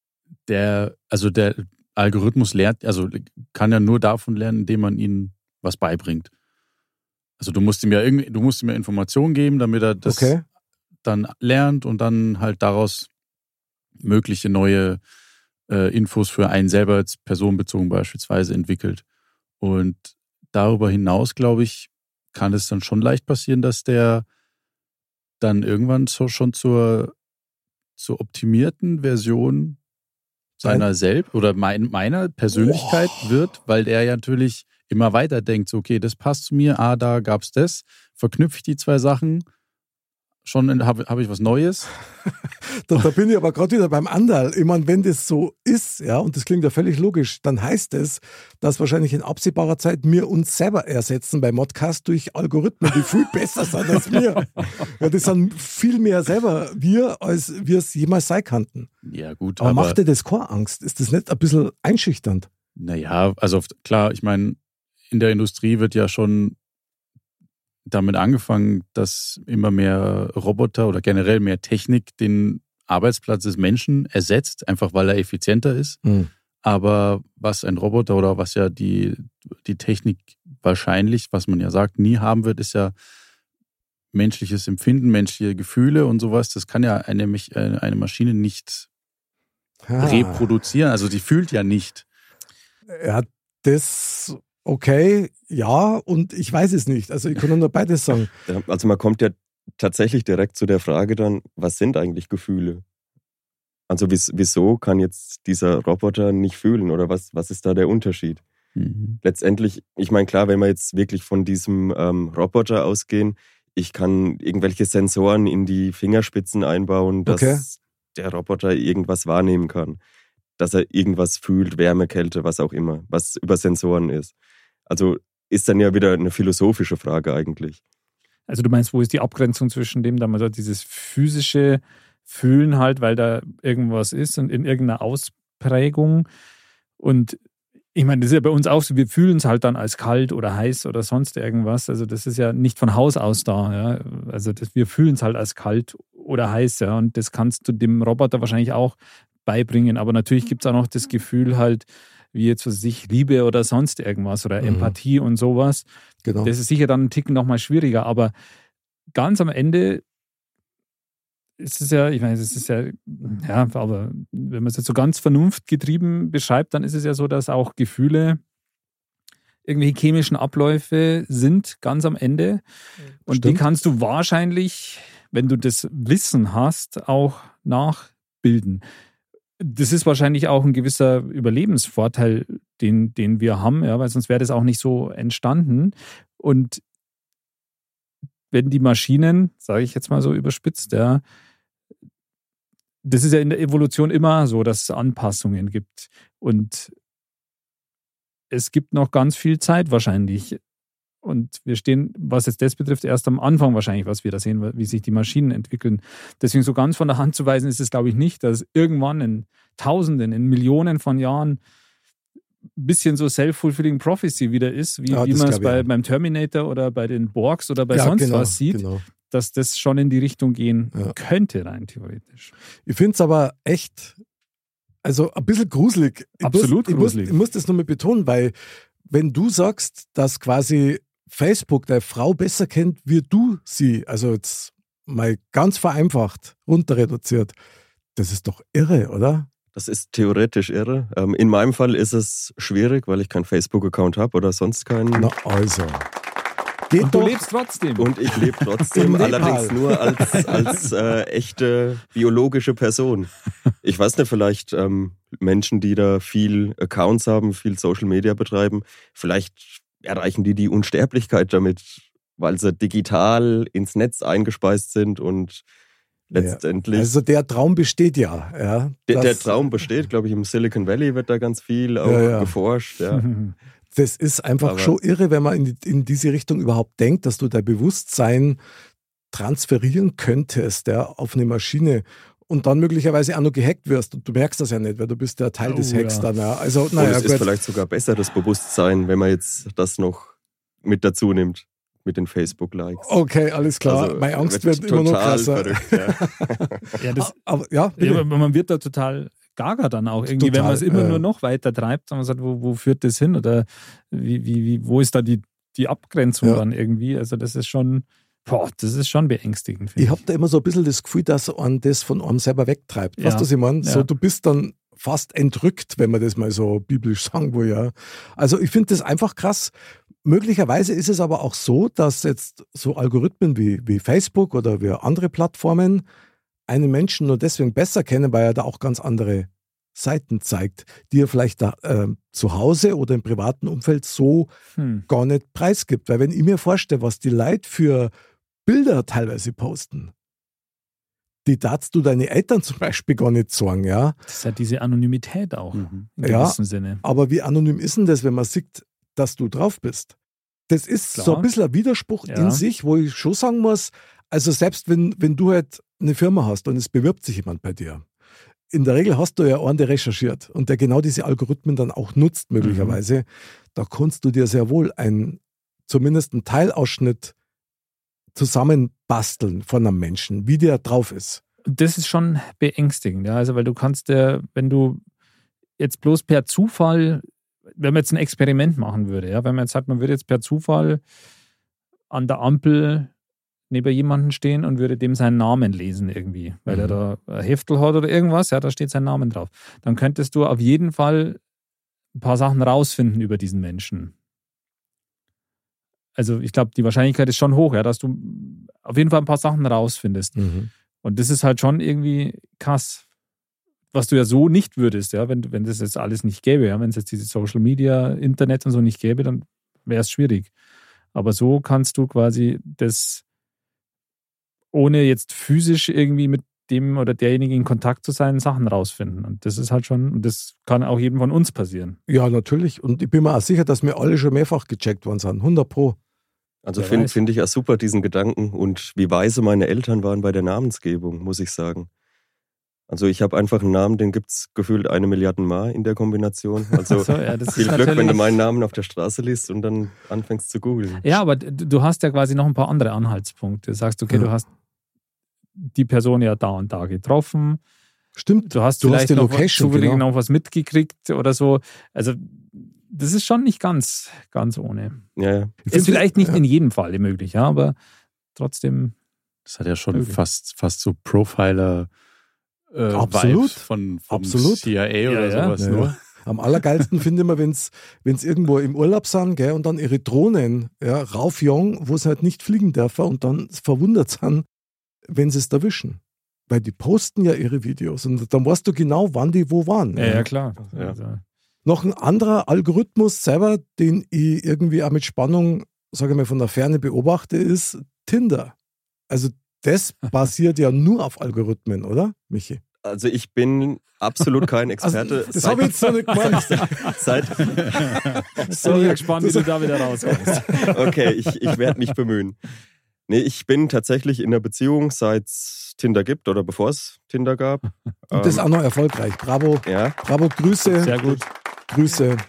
der, also der Algorithmus lernt, also kann ja nur davon lernen, indem man ihm was beibringt. Also du musst ihm ja irgendwie, du musst ihm ja Informationen geben, damit er das Okay. dann lernt und dann halt daraus mögliche neue äh, Infos für einen selber als personenbezogen beispielsweise entwickelt. Und darüber hinaus, glaube ich, kann es dann schon leicht passieren, dass der dann irgendwann so, schon zur, zur optimierten Version seiner selbst oder mein, meiner Persönlichkeit Oh. wird, weil der ja natürlich immer weiter denkt, so, okay, das passt zu mir, ah, da gab's das, verknüpfe ich die zwei Sachen, schon habe hab ich was Neues. Da, da bin ich aber gerade wieder beim Anderl. Ich meine, wenn das so ist, ja, und das klingt ja völlig logisch, dann heißt es, dass wahrscheinlich in absehbarer Zeit wir uns selber ersetzen bei Modcast durch Algorithmen, die viel besser sind als wir. Ja, das sind viel mehr selber wir, als wir es jemals sein könnten. Ja, gut, Aber, aber, macht dir das keine Angst? Ist das nicht ein bisschen einschüchternd? naja, also klar, ich meine, in der Industrie wird ja schon damit angefangen, dass immer mehr Roboter oder generell mehr Technik den Arbeitsplatz des Menschen ersetzt, einfach weil er effizienter ist. Hm. Aber was ein Roboter oder was ja die, die Technik wahrscheinlich, was man ja sagt, nie haben wird, ist ja menschliches Empfinden, menschliche Gefühle und sowas. Das kann ja eine, Mich- äh, eine Maschine nicht Ah. reproduzieren. Also die fühlt ja nicht. Ja, das, okay, ja, und ich weiß es nicht. Also ich kann nur beides sagen. Ja, also man kommt ja tatsächlich direkt zu der Frage dann, was sind eigentlich Gefühle? Also wies- wieso kann jetzt dieser Roboter nicht fühlen oder was, was ist da der Unterschied? Mhm. Letztendlich, ich meine, klar, wenn wir jetzt wirklich von diesem ähm, Roboter ausgehen, ich kann irgendwelche Sensoren in die Fingerspitzen einbauen, dass Okay. der Roboter irgendwas wahrnehmen kann, dass er irgendwas fühlt, Wärme, Kälte, was auch immer, was über Sensoren ist. Also ist dann ja wieder eine philosophische Frage eigentlich. Also du meinst, wo ist die Abgrenzung zwischen dem, da man so dieses physische Fühlen halt, weil da irgendwas ist und in irgendeiner Ausprägung. Und ich meine, das ist ja bei uns auch so, wir fühlen es halt dann als kalt oder heiß oder sonst irgendwas. Also das ist ja nicht von Haus aus da. Ja? Also das, wir fühlen es halt als kalt oder heiß. Ja? Und das kannst du dem Roboter wahrscheinlich auch beibringen. Aber natürlich gibt es auch noch das Gefühl halt, wie jetzt für sich Liebe oder sonst irgendwas oder Mhm. Empathie und sowas. Genau. Das ist sicher dann einen Ticken nochmal schwieriger, aber ganz am Ende ist es ja, ich meine, es ist ja, ja, aber wenn man es jetzt so ganz vernunftgetrieben beschreibt, dann ist es ja so, dass auch Gefühle irgendwelche chemischen Abläufe sind, ganz am Ende. Und Stimmt. die kannst du wahrscheinlich, wenn du das Wissen hast, auch nachbilden. Das ist wahrscheinlich auch ein gewisser Überlebensvorteil, den, den wir haben, ja, weil sonst wäre das auch nicht so entstanden. Und wenn die Maschinen, sage ich jetzt mal so überspitzt, ja, das ist ja in der Evolution immer so, dass es Anpassungen gibt. Und es gibt noch ganz viel Zeit wahrscheinlich. Und wir stehen, was jetzt das betrifft, erst am Anfang wahrscheinlich, was wir da sehen, wie sich die Maschinen entwickeln. Deswegen so ganz von der Hand zu weisen ist es, glaube ich, nicht, dass irgendwann in Tausenden, in Millionen von Jahren bisschen so self-fulfilling prophecy wieder ist, wie, Ja, wie das man es glaub ich bei, auch. beim Terminator oder bei den Borgs oder bei Ja, sonst genau, was sieht, genau. dass das schon in die Richtung gehen Ja. könnte, rein theoretisch. Ich finde es aber echt, also ein bisschen gruselig. Ich Absolut muss, ich gruselig. Muss, ich muss das nur mal betonen, weil wenn du sagst, dass quasi Facebook deine Frau besser kennt, wie du sie, also jetzt mal ganz vereinfacht, runter reduziert, das ist doch irre, oder? Das ist theoretisch irre. Ähm, in meinem Fall ist es schwierig, weil ich keinen Facebook-Account habe oder sonst keinen. Na also. Geht Und du doch. lebst trotzdem. Und ich lebe trotzdem, Im Nepal. allerdings nur als, als äh, echte biologische Person. Ich weiß nicht, vielleicht ähm, Menschen, die da viel Accounts haben, viel Social Media betreiben, vielleicht erreichen die die Unsterblichkeit damit, weil sie digital ins Netz eingespeist sind und letztendlich... Ja, also der Traum besteht ja. ja der, der das, Traum besteht, glaube ich, im Silicon Valley wird da ganz viel auch Ja, ja. geforscht. Ja. Das ist einfach Aber- schon irre, wenn man in, die, in diese Richtung überhaupt denkt, dass du dein Bewusstsein transferieren könntest, ja, auf eine Maschine und dann möglicherweise auch noch gehackt wirst und du merkst das ja nicht, weil du bist ja Teil Oh, des Hacks ja. dann. Ja. Also, Und naja, es ist gut. vielleicht sogar besser, das Bewusstsein, wenn man jetzt das noch mit dazu nimmt, mit den Facebook-Likes. Okay, alles klar. Also, Meine Angst wird, immer noch total krasser. verrückt, ja. ja, das, Aber ja, ja, bitte. aber man wird da total gaga dann auch irgendwie, Total, wenn man es immer äh. nur noch weiter treibt und man sagt, wo, wo führt das hin oder wie, wie, wie, wo ist da die, die Abgrenzung Ja. dann irgendwie? Also das ist schon, boah, das ist schon beängstigend. finde Ich habe da immer so ein bisschen das Gefühl, dass man das von einem selber wegtreibt. Ja. Weißt du, was ich meine? So, Ja. du bist dann fast entrückt, wenn man das mal so biblisch sagen will. Ja. Also ich finde das einfach krass. Möglicherweise ist es aber auch so, dass jetzt so Algorithmen wie, wie Facebook oder wie andere Plattformen einen Menschen nur deswegen besser kennen, weil er da auch ganz andere Seiten zeigt, die er vielleicht da, äh, zu Hause oder im privaten Umfeld so Hm. gar nicht preisgibt. Weil wenn ich mir vorstelle, was die Leute für Bilder teilweise posten, die darfst du deine Eltern zum Beispiel gar nicht sagen, ja. Das ist ja diese Anonymität auch Mhm. in Ja. gewissem Sinne. Aber wie anonym ist denn das, wenn man sieht, dass du drauf bist? Das ist Klar. so ein bisschen ein Widerspruch Ja. in sich, wo ich schon sagen muss, also selbst wenn, wenn du halt eine Firma hast und es bewirbt sich jemand bei dir, in der Regel hast du ja einen, der recherchiert und der genau diese Algorithmen dann auch nutzt möglicherweise, Mhm. da kannst du dir sehr wohl ein, zumindest einen Teilausschnitt zusammenbasteln von einem Menschen, wie der drauf ist. Und das ist schon beängstigend, ja. Also, weil du kannst ja, wenn du jetzt bloß per Zufall, wenn man jetzt ein Experiment machen würde, ja, wenn man jetzt sagt, man würde jetzt per Zufall an der Ampel neben jemanden stehen und würde dem seinen Namen lesen irgendwie, weil Mhm. er da ein Heftel hat oder irgendwas, ja, da steht sein Name drauf. Dann könntest du auf jeden Fall ein paar Sachen rausfinden über diesen Menschen. Also ich glaube, die Wahrscheinlichkeit ist schon hoch, ja, dass du auf jeden Fall ein paar Sachen rausfindest. Und das ist halt schon irgendwie krass, was du ja so nicht würdest, ja, wenn, wenn das jetzt alles nicht gäbe, ja, wenn es jetzt diese Social Media, Internet und so nicht gäbe, dann wäre es schwierig. Aber so kannst du quasi das, ohne jetzt physisch irgendwie mit dem oder derjenigen in Kontakt zu sein, Sachen rausfinden. Und das ist halt schon, und das kann auch jedem von uns passieren. Ja, natürlich. Und ich bin mir auch sicher, dass wir alle schon mehrfach gecheckt worden sind. hundert Pro. Also Wer finde weiß. find ich ja super diesen Gedanken und wie weise meine Eltern waren bei der Namensgebung, muss ich sagen. Also ich habe einfach einen Namen, den gibt es gefühlt eine Milliarde Mal in der Kombination. Also So, ja, das viel ist Glück, wenn du natürlich- meinen Namen auf der Straße liest und dann anfängst zu googeln. Ja, aber d- du hast ja quasi noch ein paar andere Anhaltspunkte. Du sagst, okay, Ja. du hast die Person ja da und da getroffen. Stimmt. Du hast Du hast vielleicht die noch Location, zufällig genau. noch was mitgekriegt oder so. Also das ist schon nicht ganz, ganz ohne. Ja, ja. Ich Ist find- vielleicht nicht ja. in jedem Fall möglich, ja, aber trotzdem. Das hat ja schon Möglich. fast, fast so Profiler äh, Absolut. Vibes von vom Absolut. C I A oder Ja, ja. sowas Ja, nur. ja. Am allergeilsten finde ich immer, wenn es irgendwo im Urlaub sind, gell, und dann ihre Drohnen ja, raufjagen, wo sie halt nicht fliegen dürfen und dann verwundert sind, wenn sie es erwischen. Weil die posten ja ihre Videos und dann weißt du genau, wann die wo waren. Ja, ja klar. Ja. Also, Noch ein anderer Algorithmus selber, den ich irgendwie auch mit Spannung, sage ich mal, von der Ferne beobachte, ist Tinder. Also das basiert ja nur auf Algorithmen, oder, Michi? Also ich bin absolut kein Experte. Also, das habe ich jetzt so nicht gemeint. Seit, so gespannt, wie du da wieder rauskommst. okay, ich, ich werde mich bemühen. Nee, ich bin tatsächlich in einer Beziehung, seit es Tinder gibt oder bevor es Tinder gab. Und das ist Ähm, auch noch erfolgreich. Bravo, ja, bravo, Grüße, Sehr gut. Grüße.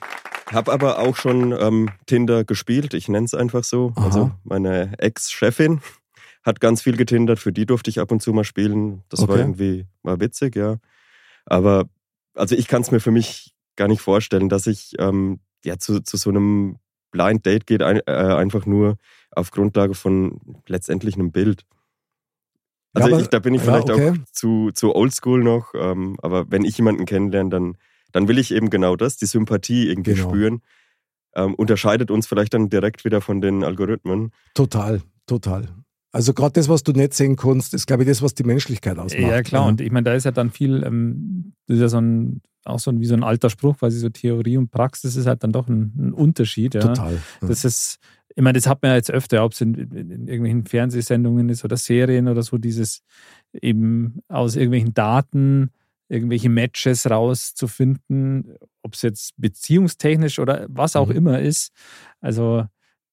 Habe aber auch schon ähm, Tinder gespielt, ich nenne es einfach so. Aha. Also meine Ex-Chefin hat ganz viel getindert, für die durfte ich ab und zu mal spielen. Das Okay. war irgendwie mal witzig, ja. Aber also ich kann es mir für mich gar nicht vorstellen, dass ich ähm, ja, zu, zu so einem Blind Date geht, ein, äh, einfach nur auf Grundlage von letztendlich einem Bild. Also Ja, aber- ich, da bin ich ja, vielleicht okay. auch zu, zu oldschool noch, ähm, aber wenn ich jemanden kennenlerne, dann, dann will ich eben genau das, die Sympathie irgendwie Genau. spüren. Ähm, unterscheidet uns vielleicht dann direkt wieder von den Algorithmen. Total, total. Also gerade das, was du nicht sehen kannst, ist, glaube ich, das, was die Menschlichkeit ausmacht. Ja, klar. Und ich meine, da ist ja dann viel, ähm, das ist ja so ein, auch so ein, wie so ein alter Spruch, quasi so Theorie und Praxis ist halt dann doch ein, ein Unterschied. Ja. Total. Ja. Das ist, ich meine, das hat man ja jetzt öfter, ob es in, in, in irgendwelchen Fernsehsendungen ist oder Serien oder so, dieses eben aus irgendwelchen Daten irgendwelche Matches rauszufinden, ob es jetzt beziehungstechnisch oder was auch Mhm. immer ist. Also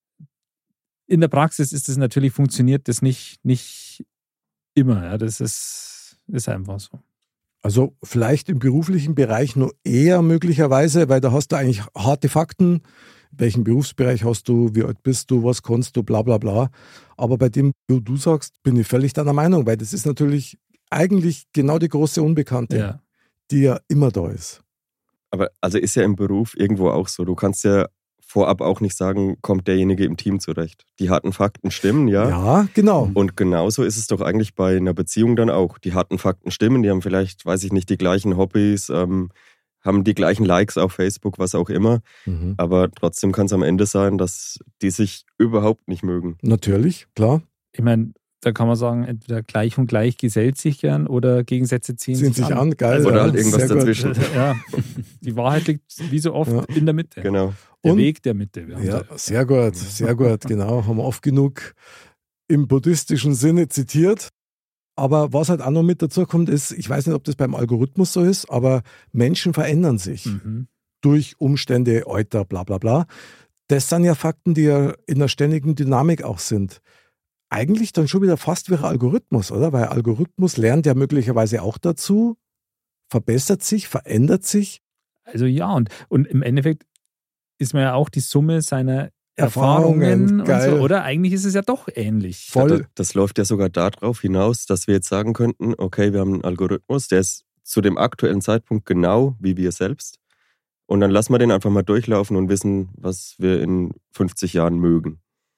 in der Praxis ist es natürlich, funktioniert das nicht, nicht immer. Ja. Das ist, ist einfach so. Also vielleicht im beruflichen Bereich nur eher möglicherweise, weil da hast du eigentlich harte Fakten. Welchen Berufsbereich hast du, wie alt bist du, was kannst du, bla bla bla. Aber bei dem, wo du sagst, bin ich völlig deiner Meinung, weil das ist natürlich eigentlich genau die große Unbekannte, Ja. die ja immer da ist. Aber also ist ja im Beruf irgendwo auch so. Du kannst ja vorab auch nicht sagen, kommt derjenige im Team zurecht. Die harten Fakten stimmen, ja. Ja, genau. Und genauso ist es doch eigentlich bei einer Beziehung dann auch. Die harten Fakten stimmen, die haben vielleicht, weiß ich nicht, die gleichen Hobbys, ähm, haben die gleichen Likes auf Facebook, was auch immer. Mhm. Aber trotzdem kann es am Ende sein, dass die sich überhaupt nicht mögen. Natürlich, klar. Ich meine, da kann man sagen, entweder gleich und gleich gesellt sich gern oder Gegensätze ziehen Ziehen sich an, geil. Also, Oder ja, halt irgendwas sehr gut. dazwischen. Ja, die Wahrheit liegt wie so oft Ja. in der Mitte. Genau. Der Und- Weg der Mitte. Wir haben Ja, da- sehr gut, sehr gut, genau. Haben wir oft genug im buddhistischen Sinne zitiert. Aber was halt auch noch mit dazu kommt, ist, ich weiß nicht, ob das beim Algorithmus so ist, aber Menschen verändern sich Mhm. durch Umstände, Alter, bla bla bla. Das sind ja Fakten, die ja in einer ständigen Dynamik auch sind. Eigentlich dann schon wieder fast wie ein Algorithmus, oder? Weil Algorithmus lernt ja möglicherweise auch dazu, verbessert sich, verändert sich. Also ja, und, und im Endeffekt ist man ja auch die Summe seiner Erfahrungen, Erfahrungen, und geil. so, oder? Eigentlich ist es ja doch ähnlich. Voll. Das, das läuft ja sogar darauf hinaus, dass wir jetzt sagen könnten, okay, wir haben einen Algorithmus, der ist zu dem aktuellen Zeitpunkt genau wie wir selbst. Und dann lassen wir den einfach mal durchlaufen und wissen, was wir in fünfzig Jahren mögen.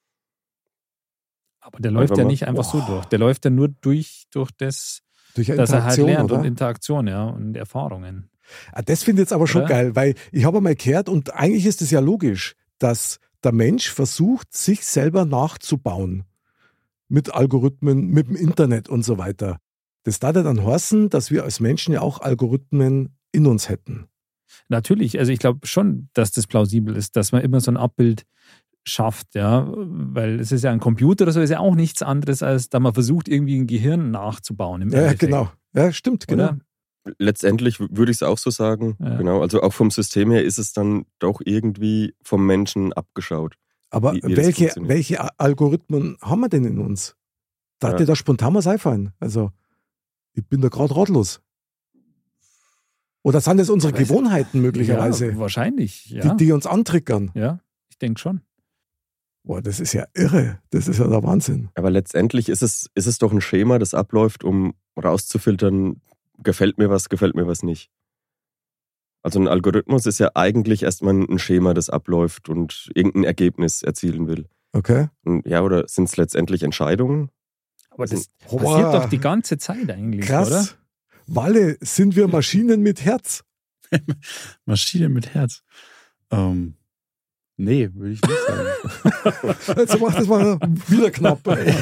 Aber der läuft Einfach ja mal- nicht einfach so Boah. durch. Der läuft ja nur durch, durch das, Durch eine dass er halt Interaktion, lernt oder? und Interaktion, ja, und Erfahrungen. Ah, das finde ich jetzt aber schon Oder? geil, weil ich habe einmal gehört und eigentlich ist es ja logisch, dass der Mensch versucht, sich selber nachzubauen. Mit Algorithmen, mit dem Internet und so weiter. Das darf ja dann heißen, dass wir als Menschen ja auch Algorithmen in uns hätten. Natürlich, also ich glaube schon, dass das plausibel ist, dass man immer so ein Abbild schafft, ja, weil es ist ja ein Computer oder so, ist ja auch nichts anderes, als da man versucht, irgendwie ein Gehirn nachzubauen. Im Ja, Endeffekt, genau. Ja, stimmt, genau. Oder? Letztendlich würde ich es auch so sagen. Ja. Genau. Also auch vom System her ist es dann doch irgendwie vom Menschen abgeschaut. Aber Wie- wie das welche, funktioniert. welche A- Algorithmen haben wir denn in uns? Da hat Ja. dir da spontan was einfallen. Also, ich bin da gerade ratlos. Oder sind das unsere Weiß- Gewohnheiten möglicherweise, Ja, wahrscheinlich, ja. die, die uns antriggern? ja, ich denke schon. Boah, das ist ja irre. Das ist ja der Wahnsinn. Aber letztendlich ist es, ist es doch ein Schema, das abläuft, um rauszufiltern, gefällt mir was, gefällt mir was nicht. Also ein Algorithmus ist ja eigentlich erstmal ein Schema, das abläuft und irgendein Ergebnis erzielen will. Okay? Und ja, oder sind es letztendlich Entscheidungen? Aber das Boah. passiert doch die ganze Zeit eigentlich, Krass. oder? Walle, sind wir Maschinen mit Herz? Maschine mit Herz. Ähm, nee, würde ich nicht sagen. Jetzt macht das mal wieder knapp.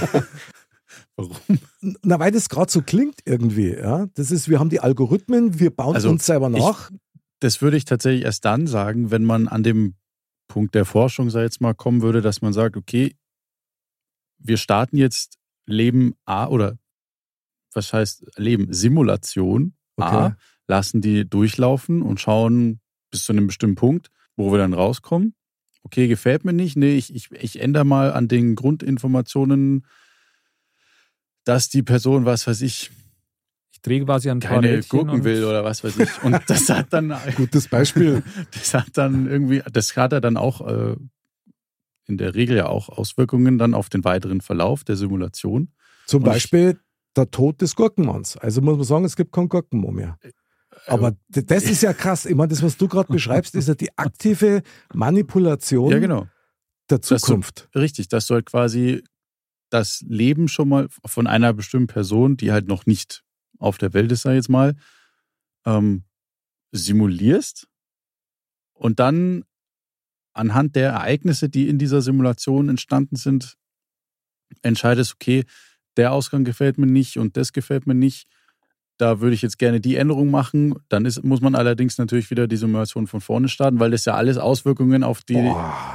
Warum? Na, weil das gerade so klingt irgendwie. Ja? Das ist, wir haben die Algorithmen, wir bauen Also, uns selber nach. Das würde ich tatsächlich erst dann sagen, wenn man an dem Punkt der Forschung, sag ich jetzt mal, kommen würde, dass man sagt, okay, wir starten jetzt Leben A oder was heißt Leben? Simulation A, Okay. lassen die durchlaufen und schauen bis zu einem bestimmten Punkt, wo wir dann rauskommen. Okay, gefällt mir nicht. Nee, ich, ich, ich ändere mal an den Grundinformationen, dass die Person, was weiß ich, drehe quasi an ein paar keine Rädchen Gurken und- will oder was weiß ich. Und das hat dann, Gutes Beispiel. das hat dann irgendwie, das hat er dann auch äh, in der Regel ja auch Auswirkungen dann auf den weiteren Verlauf der Simulation. Zum Und ich- Beispiel der Tod des Gurkenmanns. Also muss man sagen, es gibt keinen Gurkenmann mehr. Aber d- das ist ja krass. Ich meine, das, was du gerade beschreibst, ist ja die aktive Manipulation Ja, genau. der du- Zukunft. Richtig, das soll quasi das Leben schon mal von einer bestimmten Person, die halt noch nicht auf der Welt ist, sag ich jetzt mal, ähm, simulierst und dann anhand der Ereignisse, die in dieser Simulation entstanden sind, entscheidest, okay, der Ausgang gefällt mir nicht und das gefällt mir nicht. Da würde ich jetzt gerne die Änderung machen. Dann ist, muss man allerdings natürlich wieder die Simulation von vorne starten, weil das ja alles Auswirkungen auf die,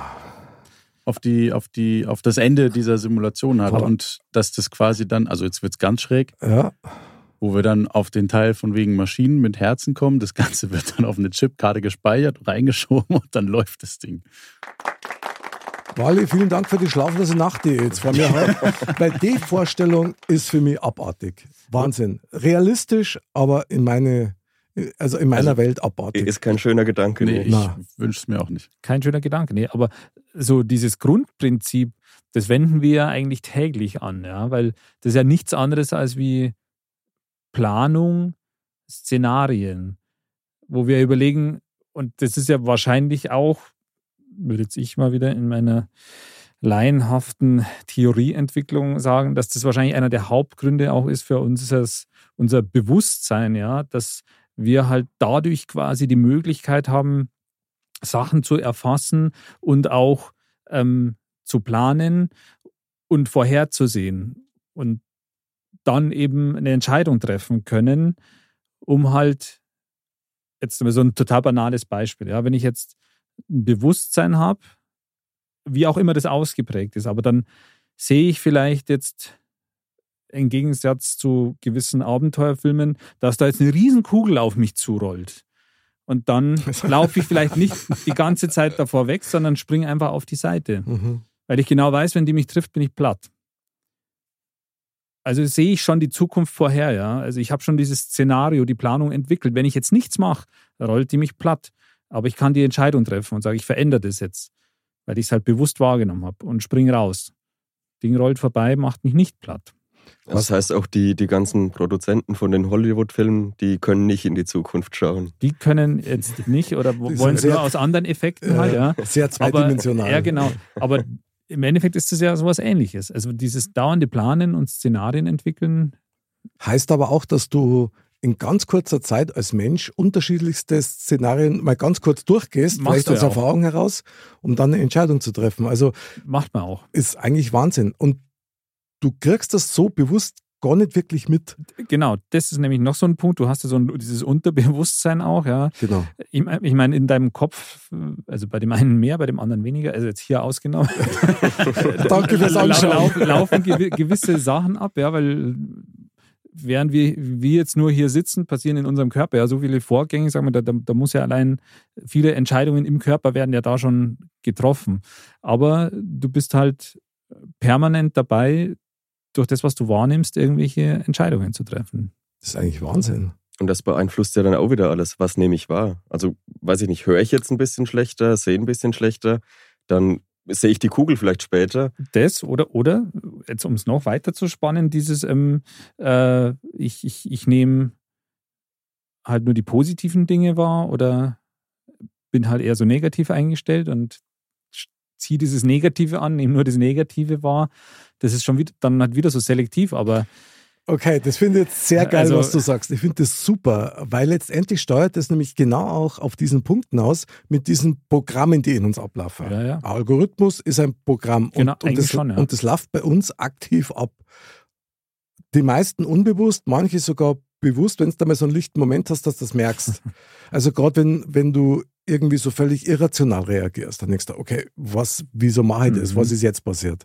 auf die, auf die, auf das Ende dieser Simulation hat. Aber- Und dass das quasi dann, also jetzt wird es ganz schräg, Ja. wo wir dann auf den Teil von wegen Maschinen mit Herzen kommen. Das Ganze wird dann auf eine Chipkarte gespeichert und reingeschoben und dann läuft das Ding. Wally, vielen Dank für die schlaflose Nacht, die ich jetzt vor mir habe. Weil die Vorstellung ist für mich abartig. Wahnsinn. Realistisch, aber in meine, also in meiner Also, Welt abartig. Ist kein schöner Gedanke. Nee, Nee. ich Na. wünsche es mir auch nicht. Kein schöner Gedanke, nee. Aber so dieses Grundprinzip, das wenden wir ja eigentlich täglich an, ja, weil das ist ja nichts anderes als wie Planung, Szenarien, wo wir überlegen, und das ist ja wahrscheinlich auch, würde jetzt ich mal wieder in meiner laienhaften Theorieentwicklung sagen, dass das wahrscheinlich einer der Hauptgründe auch ist für unseres, unser Bewusstsein, ja, dass wir halt dadurch quasi die Möglichkeit haben, Sachen zu erfassen und auch ähm, zu planen und vorherzusehen und dann eben eine Entscheidung treffen können, um halt, jetzt so ein total banales Beispiel, ja, wenn ich jetzt ein Bewusstsein habe, wie auch immer das ausgeprägt ist, aber dann sehe ich vielleicht jetzt im Gegensatz zu gewissen Abenteuerfilmen, dass da jetzt eine Riesenkugel auf mich zurollt. Und dann laufe ich vielleicht nicht die ganze Zeit davor weg, sondern springe einfach auf die Seite. Mhm. Weil ich genau weiß, wenn die mich trifft, bin ich platt. Also sehe ich schon die Zukunft vorher, ja. Also ich habe schon dieses Szenario, die Planung entwickelt. Wenn ich jetzt nichts mache, rollt die mich platt. Aber ich kann die Entscheidung treffen und sage, ich verändere das jetzt, weil ich es halt bewusst wahrgenommen habe und springe raus. Ding rollt vorbei, macht mich nicht platt. Das heißt, auch die, die ganzen Produzenten von den Hollywood-Filmen, die können nicht in die Zukunft schauen. Die können jetzt nicht oder Die sind wollen es sehr- nur aus anderen Effekten halt, ja. Sehr zweidimensional. Aber, ja, genau. Aber im Endeffekt ist es ja sowas Ähnliches. Also dieses dauernde Planen und Szenarien entwickeln. Heißt aber auch, dass du in ganz kurzer Zeit als Mensch unterschiedlichste Szenarien mal ganz kurz durchgehst, Machst vielleicht du aus ja auch. Erfahrung heraus, um dann eine Entscheidung zu treffen. Also Macht man auch. ist eigentlich Wahnsinn. Und du kriegst das so bewusst gar nicht wirklich mit. Genau, das ist nämlich noch so ein Punkt. Du hast ja so ein, dieses Unterbewusstsein auch, ja. Genau. Ich, ich meine, in deinem Kopf, also bei dem einen mehr, bei dem anderen weniger, also jetzt hier ausgenommen. Danke fürs lau- Anschauen. lau- laufen gewi- gewisse Sachen ab, ja, weil während wir, wir jetzt nur hier sitzen, passieren in unserem Körper ja so viele Vorgänge, sagen wir, da, da, da muss ja allein viele Entscheidungen im Körper werden ja da schon getroffen. Aber du bist halt permanent dabei, durch das, was du wahrnimmst, irgendwelche Entscheidungen zu treffen. Das ist eigentlich Wahnsinn. Und das beeinflusst ja dann auch wieder alles. Was nehme ich wahr? Also, weiß ich nicht, höre ich jetzt ein bisschen schlechter, sehe ein bisschen schlechter, dann sehe ich die Kugel vielleicht später. Das oder, oder jetzt um es noch weiter zu spannen, dieses, ähm, äh, ich, ich, ich nehme halt nur die positiven Dinge wahr oder bin halt eher so negativ eingestellt und ziehe dieses Negative an, nehme nur das Negative wahr. Das ist schon wieder, dann halt wieder so selektiv, aber Okay, das finde ich jetzt sehr geil, Also- was du sagst. Ich finde das super, weil letztendlich steuert das nämlich genau auch auf diesen Punkten aus, mit diesen Programmen, die in uns ablaufen. Ja, ja. Ein Algorithmus ist ein Programm Genau, und, und, eigentlich das, schon, ja. und das läuft bei uns aktiv ab. Die meisten unbewusst, manche sogar bewusst, wenn du da mal so einen lichten Moment hast, dass du das merkst. Also gerade wenn, wenn du irgendwie so völlig irrational reagierst, dann denkst du, okay, was, wieso mache ich das? Mhm. Was ist jetzt passiert?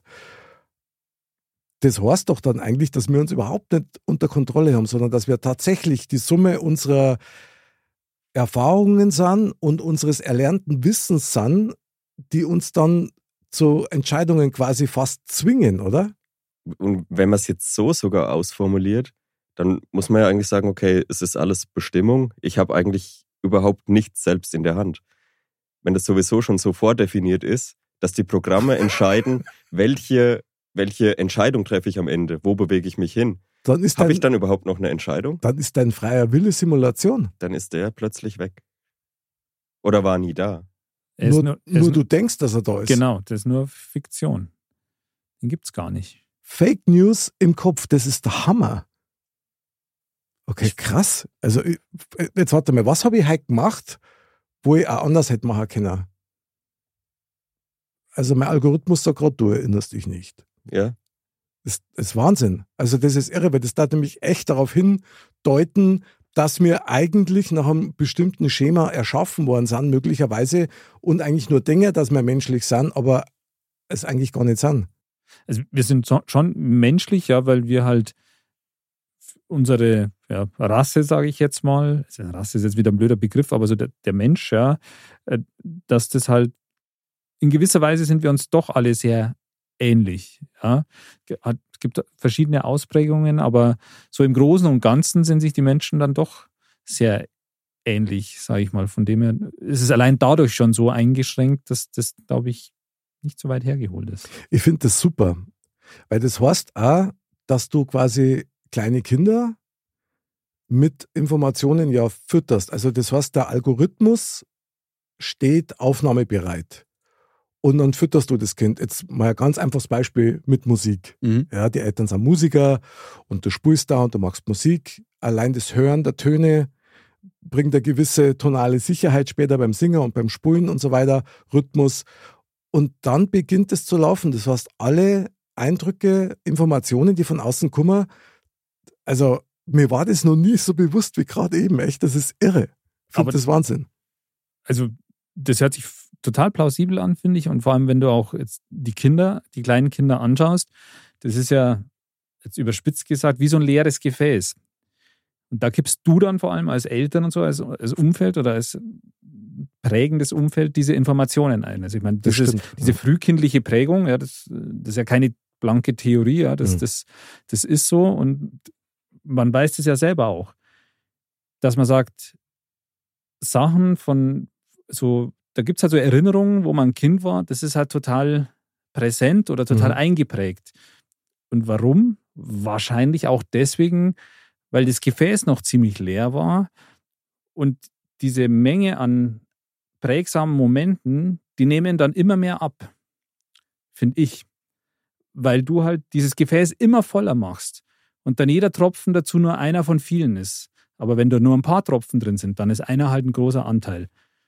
Das heißt doch dann eigentlich, dass wir uns überhaupt nicht unter Kontrolle haben, sondern dass wir tatsächlich die Summe unserer Erfahrungen sind und unseres erlernten Wissens sind, die uns dann zu Entscheidungen quasi fast zwingen, oder? Und wenn man es jetzt so sogar ausformuliert, dann muss man ja eigentlich sagen, okay, es ist alles Bestimmung. Ich habe eigentlich überhaupt nichts selbst in der Hand. Wenn das sowieso schon so vordefiniert ist, dass die Programme entscheiden, welche, welche Entscheidung treffe ich am Ende, wo bewege ich mich hin. Habe ich dann überhaupt noch eine Entscheidung? Dann ist dein freier Wille Simulation. Dann ist der plötzlich weg. Oder war nie da. Nur, nur, nur du denkst, dass er da ist. Genau, das ist nur Fiktion. Den gibt es gar nicht. Fake News im Kopf, das ist der Hammer. Okay, krass. Also jetzt warte mal, was habe ich heute gemacht, wo ich auch anders hätte machen können? Also mein Algorithmus sagt gerade, du erinnerst dich nicht. Ja. Das, das ist Wahnsinn. Also das ist irre, weil das darf nämlich echt darauf hindeuten, dass wir eigentlich nach einem bestimmten Schema erschaffen worden sind, möglicherweise, und eigentlich nur denken, dass wir menschlich sind, aber es eigentlich gar nicht sind. Also wir sind schon menschlich, ja, weil wir halt unsere ja, Rasse, sage ich jetzt mal, also Rasse ist jetzt wieder ein blöder Begriff, aber so der, der Mensch, ja, dass das halt, in gewisser Weise sind wir uns doch alle sehr ähnlich. Ja. Es gibt verschiedene Ausprägungen, aber so im Großen und Ganzen sind sich die Menschen dann doch sehr ähnlich, sage ich mal. Von dem her ist es allein dadurch schon so eingeschränkt, dass das, glaube ich, nicht so weit hergeholt ist. Ich finde das super, weil das heißt auch, dass du quasi kleine Kinder mit Informationen ja fütterst. Also das heißt, der Algorithmus steht aufnahmebereit. Und dann fütterst du das Kind. Jetzt mal ein ganz einfaches Beispiel mit Musik. Mhm. Ja, die Eltern sind Musiker und du spielst da und du machst Musik. Allein das Hören der Töne bringt eine gewisse tonale Sicherheit später beim Singen und beim Spielen und so weiter, Rhythmus. Und dann beginnt es zu laufen. Das heißt, alle Eindrücke, Informationen, die von außen kommen, also mir war das noch nie so bewusst wie gerade eben. Echt, das ist irre. Ich finde das Wahnsinn. Also das hört sich total plausibel an, finde ich. Und vor allem, wenn du auch jetzt die Kinder, die kleinen Kinder anschaust, das ist ja, jetzt überspitzt gesagt, wie so ein leeres Gefäß. Und da gibst du dann vor allem als Eltern und so, als, als Umfeld oder als prägendes Umfeld diese Informationen ein. Also ich meine, das, das ist stimmt, diese ja. frühkindliche Prägung, ja, das, das ist ja keine blanke Theorie, ja, das, mhm. das, das ist so und man weiß das ja selber auch, dass man sagt, Sachen von so, da gibt es halt so Erinnerungen, wo man ein Kind war, das ist halt total präsent oder total mhm. eingeprägt. Und warum? Wahrscheinlich auch deswegen, weil das Gefäß noch ziemlich leer war und diese Menge an prägsamen Momenten, die nehmen dann immer mehr ab, finde ich. Weil du halt dieses Gefäß immer voller machst und dann jeder Tropfen dazu nur einer von vielen ist. Aber wenn da nur ein paar Tropfen drin sind, dann ist einer halt ein großer Anteil.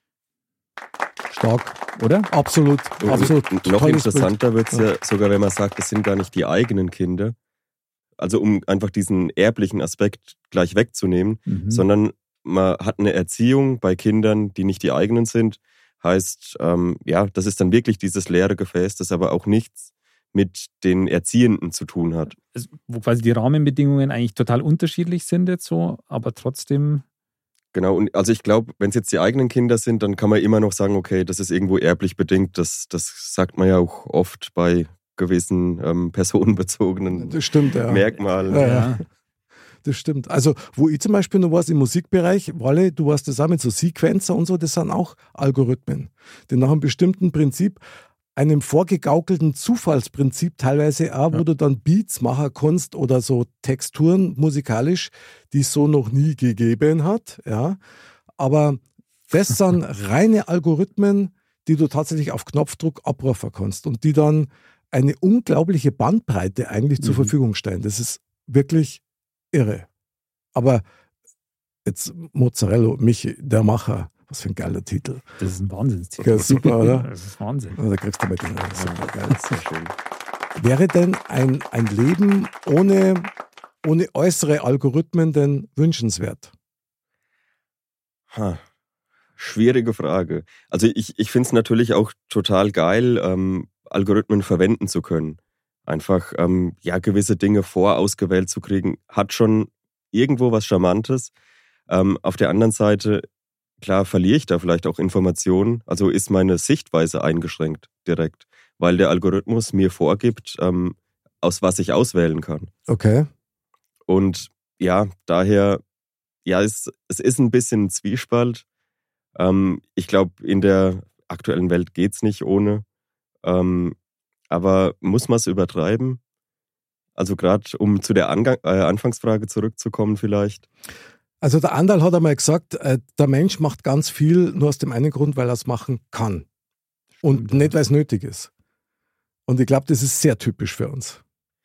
Stark, oder? Absolut, absolut. Und noch interessanter wird es ja sogar, wenn man sagt, das sind gar nicht die eigenen Kinder. Also um einfach diesen erblichen Aspekt gleich wegzunehmen, mhm. sondern man hat eine Erziehung bei Kindern, die nicht die eigenen sind. Heißt, ähm, ja, das ist dann wirklich dieses leere Gefäß, das aber auch nichts mit den Erziehenden zu tun hat. Also, wo quasi die Rahmenbedingungen eigentlich total unterschiedlich sind jetzt so, aber trotzdem... Genau, und also ich glaube, wenn es jetzt die eigenen Kinder sind, dann kann man immer noch sagen, okay, das ist irgendwo erblich bedingt. Das, das sagt man ja auch oft bei gewissen ähm, personenbezogenen das stimmt, ja. Merkmalen. Ja, ja. Das stimmt. Also, wo ich zum Beispiel noch weiß im Musikbereich, Walle, du warst das auch mit so Sequencer und so, das sind auch Algorithmen, die nach einem bestimmten Prinzip, einem vorgegaukelten Zufallsprinzip teilweise auch, ja. wo du dann Beats machen kannst oder so Texturen musikalisch, die es so noch nie gegeben hat. Ja. Aber das sind reine Algorithmen, die du tatsächlich auf Knopfdruck abrufen kannst und die dann eine unglaubliche Bandbreite eigentlich zur mhm. Verfügung stellen. Das ist wirklich irre. Aber jetzt Mozzarella, Michi, der Macher, was für ein geiler Titel. Das ist ein Wahnsinnstitel. Ja, super, oder? Das ist Wahnsinn. Also, da kriegst du mit den super geil. Sehr schön. Wäre denn ein, ein Leben ohne, ohne äußere Algorithmen denn wünschenswert? Ha, schwierige Frage. Also ich, ich finde es natürlich auch total geil, ähm, Algorithmen verwenden zu können. Einfach ähm, ja, gewisse Dinge vorausgewählt zu kriegen, hat schon irgendwo was Charmantes. Ähm, auf der anderen Seite, klar, verliere ich da vielleicht auch Informationen. Also ist meine Sichtweise eingeschränkt direkt, weil der Algorithmus mir vorgibt, ähm, aus was ich auswählen kann. Okay. Und ja, daher, ja, es, es ist ein bisschen ein Zwiespalt. Ähm, ich glaube, in der aktuellen Welt geht es nicht ohne. Ähm, aber muss man es übertreiben? Also gerade, um zu der Angang- äh, Anfangsfrage zurückzukommen vielleicht. Also der Andal hat einmal gesagt, äh, der Mensch macht ganz viel nur aus dem einen Grund, weil er es machen kann. Und Stimmt, nicht, weil es nötig ist. Und ich glaube, das ist sehr typisch für uns.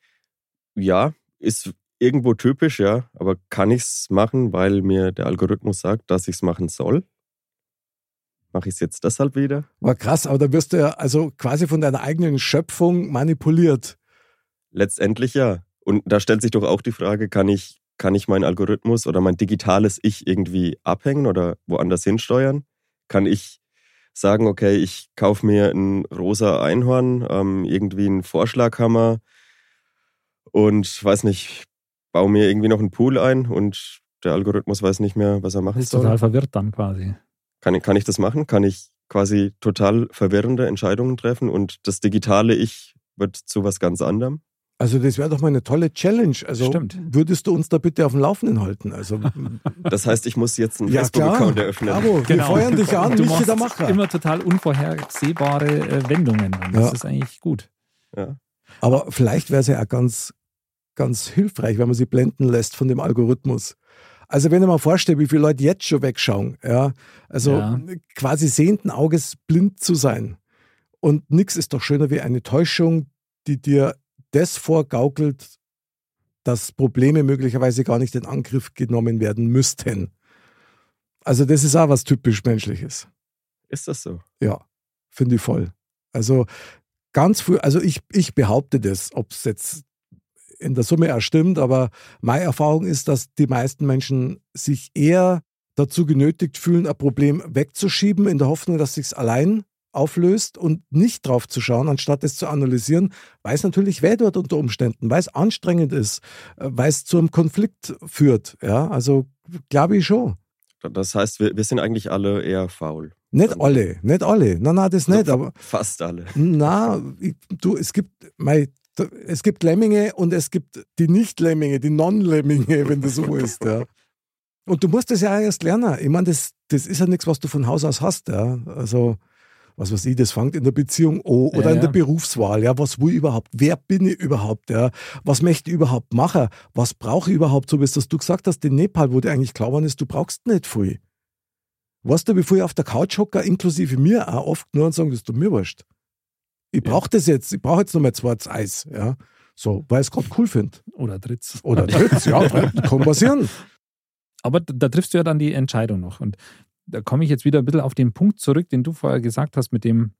Ja, ist irgendwo typisch, ja. Aber kann ich es machen, weil mir der Algorithmus sagt, dass ich es machen soll? Mache ich es jetzt deshalb wieder? War krass, aber da wirst du ja also quasi von deiner eigenen Schöpfung manipuliert. Letztendlich ja. Und da stellt sich doch auch die Frage, kann ich, kann ich meinen Algorithmus oder mein digitales Ich irgendwie abhängen oder woanders hinsteuern? Kann ich sagen, okay, ich kaufe mir ein rosa Einhorn, ähm, irgendwie einen Vorschlaghammer und weiß nicht, baue mir irgendwie noch einen Pool ein und der Algorithmus weiß nicht mehr, was er machen Ist soll? total verwirrt dann quasi. Kann ich, kann ich das machen? Kann ich quasi total verwirrende Entscheidungen treffen und das digitale Ich wird zu was ganz anderem? Also das wäre doch mal eine tolle Challenge. Also Stimmt. würdest du uns da bitte auf dem Laufenden halten? Also Das heißt, ich muss jetzt einen ja klar, Facebook-Account eröffnen. bravo, wir feuern dich an, Du Michi machst der Macher. immer total unvorhersehbare äh, Wendungen. Und das Ja. ist eigentlich gut. Ja. Aber vielleicht wäre es ja auch ganz, ganz hilfreich, wenn man sie blenden lässt von dem Algorithmus. Also wenn ich mir vorstelle, wie viele Leute jetzt schon wegschauen, ja, also Ja. quasi sehenden Auges blind zu sein. Und nichts ist doch schöner wie eine Täuschung, die dir das vorgaukelt, dass Probleme möglicherweise gar nicht in Angriff genommen werden müssten. Also das ist auch was typisch Menschliches. Ist das so? Ja, finde ich voll. Also ganz früh, also ich, ich behaupte das, ob es jetzt in der Summe auch stimmt, aber meine Erfahrung ist, dass die meisten Menschen sich eher dazu genötigt fühlen, ein Problem wegzuschieben, in der Hoffnung, dass es sich allein auflöst und nicht drauf zu schauen, anstatt es zu analysieren, weil es natürlich weh tut unter Umständen, weil es anstrengend ist, weil es zu einem Konflikt führt. Ja, also glaube ich schon. Das heißt, wir, wir sind eigentlich alle eher faul. Nicht alle, nicht alle. Nein, nein, das nicht, Also aber fast alle. na, ich, du, es gibt, mei, es gibt Lemminge und es gibt die Nicht-Lemminge, die Non-Lemminge, wenn das so ist. Ja. Und du musst das ja erst lernen. Ich meine, das, das ist ja nichts, was du von Haus aus hast. Ja. Also, was weiß ich, das fängt in der Beziehung an oder Ja, in der ja. Berufswahl. Ja, was will ich überhaupt? Wer bin ich überhaupt? Ja? Was möchte ich überhaupt machen? Was brauche ich überhaupt? So wie es das du gesagt hast, in Nepal, wo dir eigentlich klar war, ist, du brauchst nicht viel. Weißt du, bevor ich auf der Couch hocke, inklusive mir auch oft nur und sagen, das tut mir wurscht. Ich brauche das jetzt, ich brauche jetzt noch mal zweites Eis. Ja? So, weil ich es gerade cool finde. Oder Dritz. Oder drittens, ja, kann passieren. Aber da, da triffst du ja dann die Entscheidung noch. Und da komme ich jetzt wieder ein bisschen auf den Punkt zurück, den du vorher gesagt hast, mit dem,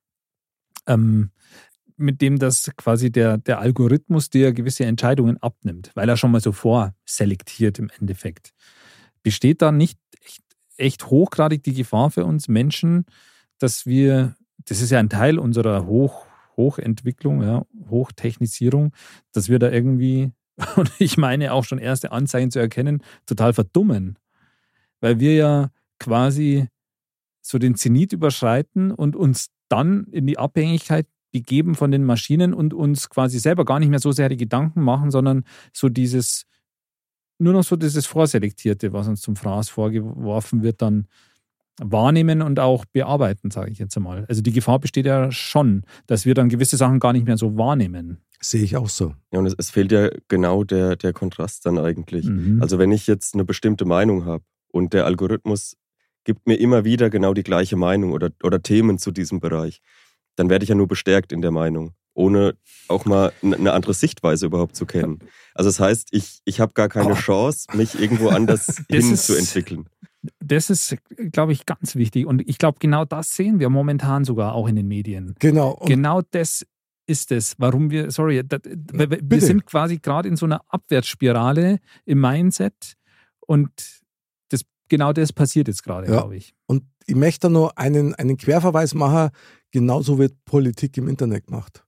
ähm, mit dem das quasi der, der Algorithmus dir gewisse Entscheidungen abnimmt, weil er schon mal so vorselektiert im Endeffekt. Besteht da nicht echt, echt hochgradig die Gefahr für uns Menschen, dass wir, das ist ja ein Teil unserer Hoch, Hochentwicklung, ja, Hochtechnisierung, dass wir da irgendwie, und ich meine auch schon erste Anzeichen zu erkennen, total verdummen. Weil wir ja quasi so den Zenit überschreiten und uns dann in die Abhängigkeit begeben von den Maschinen und uns quasi selber gar nicht mehr so sehr die Gedanken machen, sondern so dieses, nur noch so dieses Vorselektierte, was uns zum Fraß vorgeworfen wird, dann wahrnehmen und auch bearbeiten, sage ich jetzt einmal. Also die Gefahr besteht ja schon, dass wir dann gewisse Sachen gar nicht mehr so wahrnehmen. Sehe ich auch so. Ja, und es, es fehlt ja genau der, der Kontrast dann eigentlich. Mhm. Also wenn ich jetzt eine bestimmte Meinung habe und der Algorithmus gibt mir immer wieder genau die gleiche Meinung oder, oder Themen zu diesem Bereich, dann werde ich ja nur bestärkt in der Meinung, ohne auch mal eine andere Sichtweise überhaupt zu kennen. Also das heißt, ich, ich habe gar keine Chance, mich irgendwo anders hin ist- zu entwickeln. Das ist, glaube ich, ganz wichtig. Und ich glaube, genau das sehen wir momentan sogar auch in den Medien. Genau. Und Genau das ist es, warum wir, sorry, das, wir, wir Bitte. sind quasi gerade in so einer Abwärtsspirale im Mindset und das, genau das passiert jetzt gerade, Ja. glaube ich. Und ich möchte da noch einen, einen Querverweis machen. Genauso wird Politik im Internet gemacht.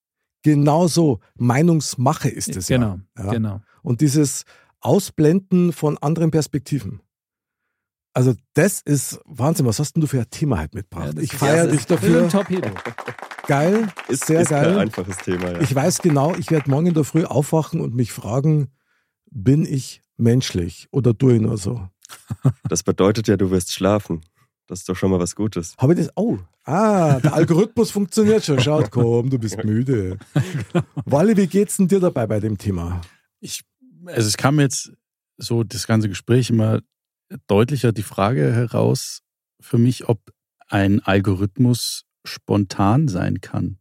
Genauso Meinungsmache ist es Genau, ja. ja. genau. Und dieses Ausblenden von anderen Perspektiven. Also das ist Wahnsinn. Was hast denn du für ein Thema halt mitgebracht? Ja, das ich ist- feiere ja, dich Das ist dafür. ein Torpedo. Geil, Ist, sehr ist kein geil. einfaches Thema, ja. Ich weiß genau, ich werde morgen in der Früh aufwachen und mich fragen, bin ich menschlich oder tue ich nur so? Das bedeutet ja, du wirst schlafen. Das ist doch schon mal was Gutes. Habe ich das? Oh, ah, der Algorithmus funktioniert schon. Schaut, komm, du bist müde. Wally, wie geht's denn dir dabei bei dem Thema? Ich, also es kam jetzt so das ganze Gespräch immer deutlicher die Frage heraus für mich, ob ein Algorithmus spontan sein kann.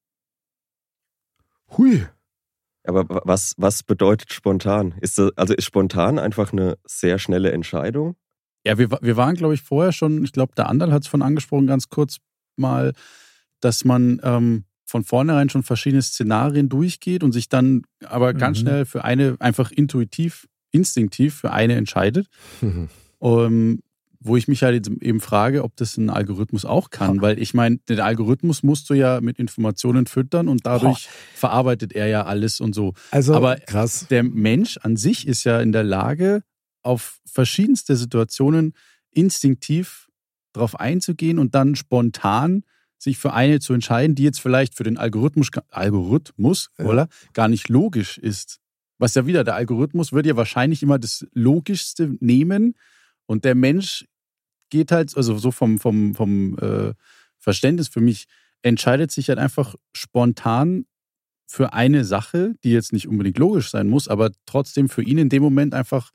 Hui. Aber was, was bedeutet spontan? Ist das, also ist spontan einfach eine sehr schnelle Entscheidung? Ja, wir, wir waren, glaube ich, vorher schon, ich glaube, der Anderl hat es von angesprochen, ganz kurz mal, dass man ähm, von vornherein schon verschiedene Szenarien durchgeht und sich dann aber ganz Mhm. schnell für eine einfach intuitiv, instinktiv für eine entscheidet. Mhm. Ähm, wo ich mich halt jetzt eben frage, ob das ein Algorithmus auch kann. Weil ich meine, den Algorithmus musst du ja mit Informationen füttern und dadurch verarbeitet er ja alles und so. Also, Aber krass. der Mensch an sich ist ja in der Lage, auf verschiedenste Situationen instinktiv drauf einzugehen und dann spontan sich für eine zu entscheiden, die jetzt vielleicht für den Algorithmus, Algorithmus Ja. oder, gar nicht logisch ist. Was ja wieder, der Algorithmus würde ja wahrscheinlich immer das Logischste nehmen und der Mensch geht halt, also so vom, vom, vom äh, Verständnis für mich, entscheidet sich halt einfach spontan für eine Sache, die jetzt nicht unbedingt logisch sein muss, aber trotzdem für ihn in dem Moment einfach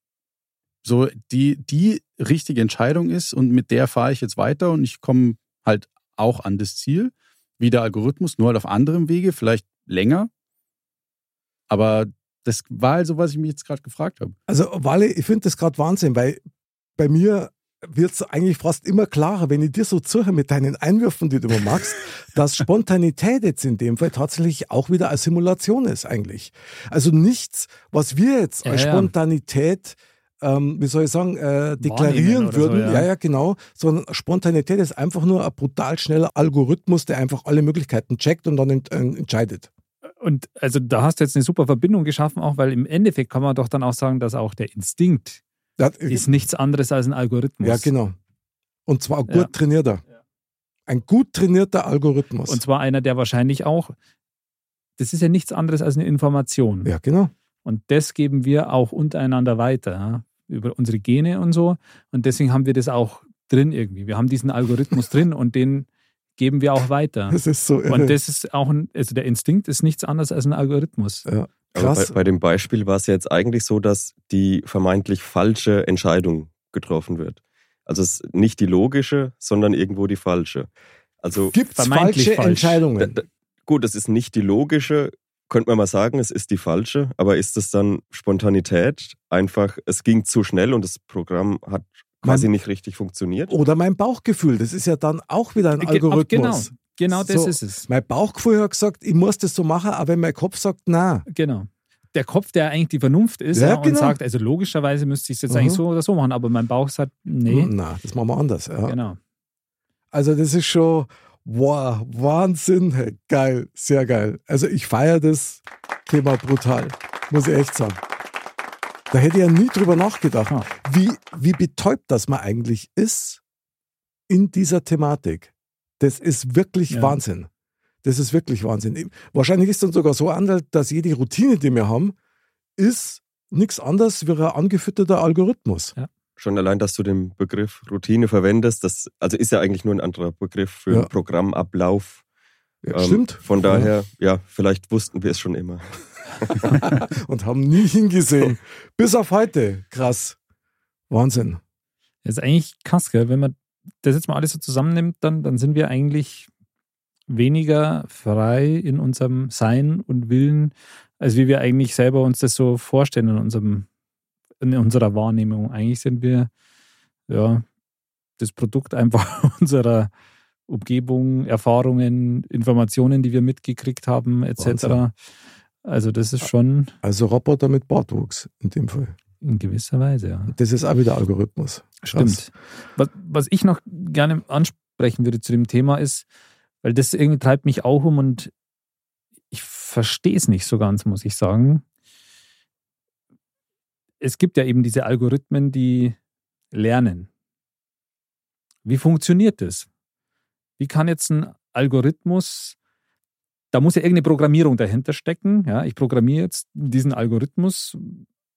so die, die richtige Entscheidung ist und mit der fahre ich jetzt weiter und ich komme halt auch an das Ziel, wie der Algorithmus, nur halt auf anderem Wege, vielleicht länger. Aber das war also, was ich mich jetzt gerade gefragt habe. Also, Wally, ich finde das gerade Wahnsinn, weil bei mir wird es eigentlich fast immer klarer, wenn ich dir so zuhöre mit deinen Einwürfen, die du immer machst, dass Spontanität jetzt in dem Fall tatsächlich auch wieder eine Simulation ist eigentlich. Also nichts, was wir jetzt Ja, als ja. Spontanität, ähm, wie soll ich sagen, äh, deklarieren oder würden, so, ja. ja, ja, genau, sondern Spontanität ist einfach nur ein brutal schneller Algorithmus, der einfach alle Möglichkeiten checkt und dann ent- äh, entscheidet. Und also da hast du jetzt eine super Verbindung geschaffen, auch weil im Endeffekt kann man doch dann auch sagen, dass auch der Instinkt Das, ist nichts anderes als ein Algorithmus. ja, genau. Und zwar ein gut Ja. trainierter. Ein gut trainierter Algorithmus. Und zwar einer, der wahrscheinlich auch, das ist ja nichts anderes als eine Information. ja, genau. Und das geben wir auch untereinander weiter, ja, über unsere Gene und so. Und deswegen haben wir das auch drin irgendwie. Wir haben diesen Algorithmus drin und den geben wir auch weiter. Das ist so irre. Und das ist auch ein, also der Instinkt ist nichts anderes als ein Algorithmus. ja. Aber Krass. bei, bei dem Beispiel war es ja jetzt eigentlich so, dass die vermeintlich falsche Entscheidung getroffen wird. Also es ist nicht die logische, sondern irgendwo die falsche. Also Gibt es vermeintlich falsche falsch. Entscheidungen? da, da, gut, es ist nicht die logische, könnte man mal sagen, es ist die falsche, aber ist es dann Spontanität? Einfach, es ging zu schnell und das Programm hat quasi Man- nicht richtig funktioniert? Oder mein Bauchgefühl, das ist ja dann auch wieder ein Ge- Algorithmus. Genau, genau das So. ist es. Mein Bauchgefühl hat gesagt, ich muss das so machen, aber wenn mein Kopf sagt, na, Genau. Der Kopf, der eigentlich die Vernunft ist, Ja, ja, und genau. sagt, also logischerweise müsste ich es jetzt Mhm. eigentlich so oder so machen, aber mein Bauch sagt, nee. na, das machen wir anders. Ja. Genau. Also das ist schon, wow, Wahnsinn, hey, geil, sehr geil. Also ich feiere das Thema brutal, muss ich echt sagen. Da hätte ich ja nie drüber nachgedacht, Ja. wie, wie betäubt das man eigentlich ist in dieser Thematik. Das ist wirklich Ja. Wahnsinn. Das ist wirklich Wahnsinn. Wahrscheinlich ist dann sogar so anders, dass jede Routine, die wir haben, ist nichts anderes wie ein angefütterter Algorithmus. Schon allein, dass du den Begriff Routine verwendest, das also ist ja eigentlich nur ein anderer Begriff für Ja. einen Programmablauf. Ja, Ähm, stimmt. Von daher, ja, vielleicht wussten wir es schon immer. Und haben nie hingesehen. Bis auf heute. Krass. Wahnsinn. Das ist eigentlich krass, gell? Wenn man das jetzt mal alles so zusammennimmt, dann, dann sind wir eigentlich weniger frei in unserem Sein und Willen, als wie wir eigentlich selber uns das so vorstellen in, unserem, in unserer Wahrnehmung. Eigentlich sind wir ja das Produkt einfach unserer Umgebung, Erfahrungen, Informationen, die wir mitgekriegt haben, et cetera. Wahnsinn. Also das ist schon Also Roboter mit Bartwuchs in dem Fall. in gewisser Weise, ja. Das ist auch wieder Algorithmus. Krass. Stimmt. Was, was ich noch gerne ansprechen würde zu dem Thema ist, weil das irgendwie treibt mich auch um und ich verstehe es nicht so ganz, muss ich sagen. Es gibt ja eben diese Algorithmen, die lernen. Wie funktioniert das? Wie kann jetzt ein Algorithmus, da muss ja irgendeine Programmierung dahinter stecken. Ja, ich programmiere jetzt diesen Algorithmus.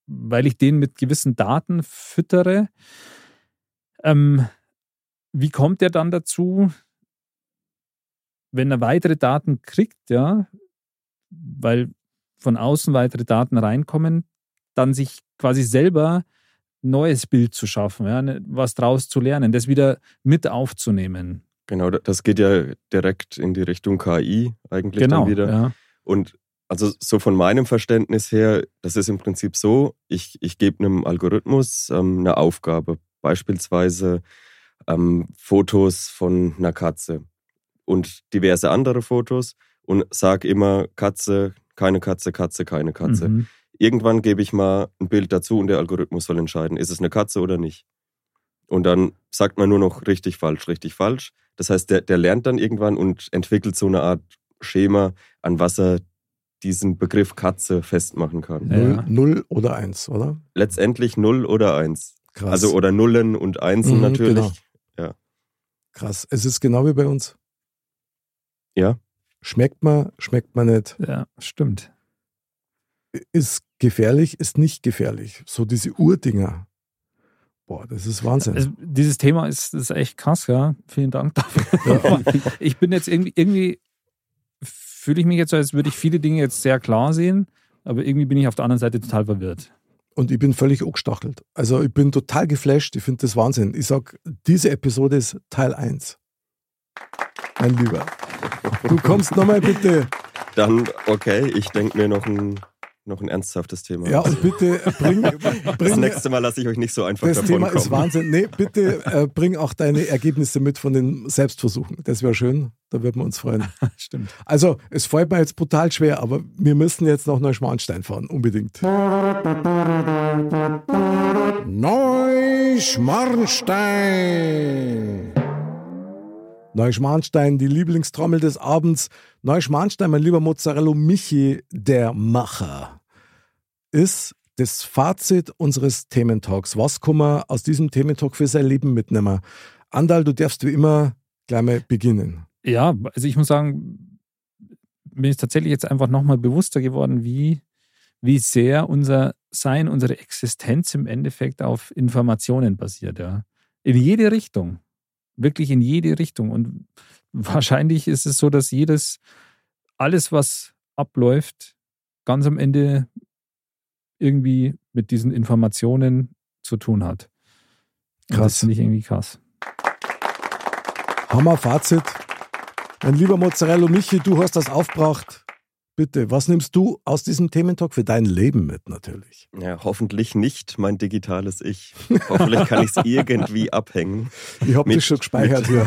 weil ich den mit gewissen Daten füttere. Ähm, wie kommt er dann dazu, wenn er weitere Daten kriegt, ja, weil von außen weitere Daten reinkommen, dann sich quasi selber ein neues Bild zu schaffen, ja, was draus zu lernen, das wieder mit aufzunehmen. Genau, das geht ja direkt in die Richtung K I eigentlich Genau, dann wieder. ja. Und also so von meinem Verständnis her, das ist im Prinzip so, ich, ich gebe einem Algorithmus ähm, eine Aufgabe, beispielsweise ähm, Fotos von einer Katze und diverse andere Fotos und sage immer Katze, keine Katze, Katze, keine Katze. Mhm. Irgendwann gebe ich mal ein Bild dazu und der Algorithmus soll entscheiden, ist es eine Katze oder nicht. Und dann sagt man nur noch richtig, falsch, richtig, falsch. Das heißt, der, der lernt dann irgendwann und entwickelt so eine Art Schema, an was er diesen Begriff Katze festmachen kann. Ja. Null, Null oder eins, oder? Letztendlich null oder eins. Krass. Also oder Nullen und Einsen Mhm, natürlich. genau. Ja. Krass. Es ist genau wie bei uns. Ja. Schmeckt man, schmeckt man nicht. Ja, stimmt. Ist gefährlich, ist nicht gefährlich. So diese Urdinger. Boah, das ist Wahnsinn. Also, dieses Thema ist, ist echt krass, ja. Vielen Dank dafür. Aber ich bin jetzt irgendwie, irgendwie fühle ich mich jetzt so, als würde ich viele Dinge jetzt sehr klar sehen, aber irgendwie bin ich auf der anderen Seite total verwirrt. Und ich bin völlig angestachelt. Also ich bin total geflasht. Ich finde das Wahnsinn. Ich sag, diese Episode ist Teil eins. Mein Lieber. Du kommst nochmal bitte. Dann, okay, ich denke mir noch ein, noch ein ernsthaftes Thema. Ja, und bitte bring, das bring nächste Mal lasse ich euch nicht so einfach das davon Thema kommen. ist Wahnsinn. Nee, bitte äh, bring auch deine Ergebnisse mit von den Selbstversuchen. Das wäre schön. Da würden wir uns freuen. Stimmt. Also, es fällt mir jetzt brutal schwer, aber wir müssen jetzt nach Neuschmarnstein fahren. Unbedingt. Neuschmarnstein. Neuschmarnstein, die Lieblingstrommel des Abends. Neuschmarnstein, mein lieber Mozzarella Michi, der Macher, ist das Fazit unseres Thementalks. Was kann man aus diesem Thementalk für sein Leben mitnehmen? Andal, du darfst wie immer gleich mal beginnen. Ja, also ich muss sagen, mir ist tatsächlich jetzt einfach nochmal bewusster geworden, wie, wie sehr unser Sein, unsere Existenz im Endeffekt auf Informationen basiert. Ja. In jede Richtung. Wirklich in jede Richtung. Und wahrscheinlich ist es so, dass jedes, alles, was abläuft, ganz am Ende irgendwie mit diesen Informationen zu tun hat. Und Krass. das finde ich irgendwie krass. Hammer Fazit. Mein lieber Mozzarella Michi, du hast das aufgebracht. Bitte, was nimmst du aus diesem Thementalk für dein Leben mit natürlich? Ja, hoffentlich nicht mein digitales Ich. Hoffentlich kann ich es irgendwie abhängen. Ich habe Mit- das schon gespeichert hier.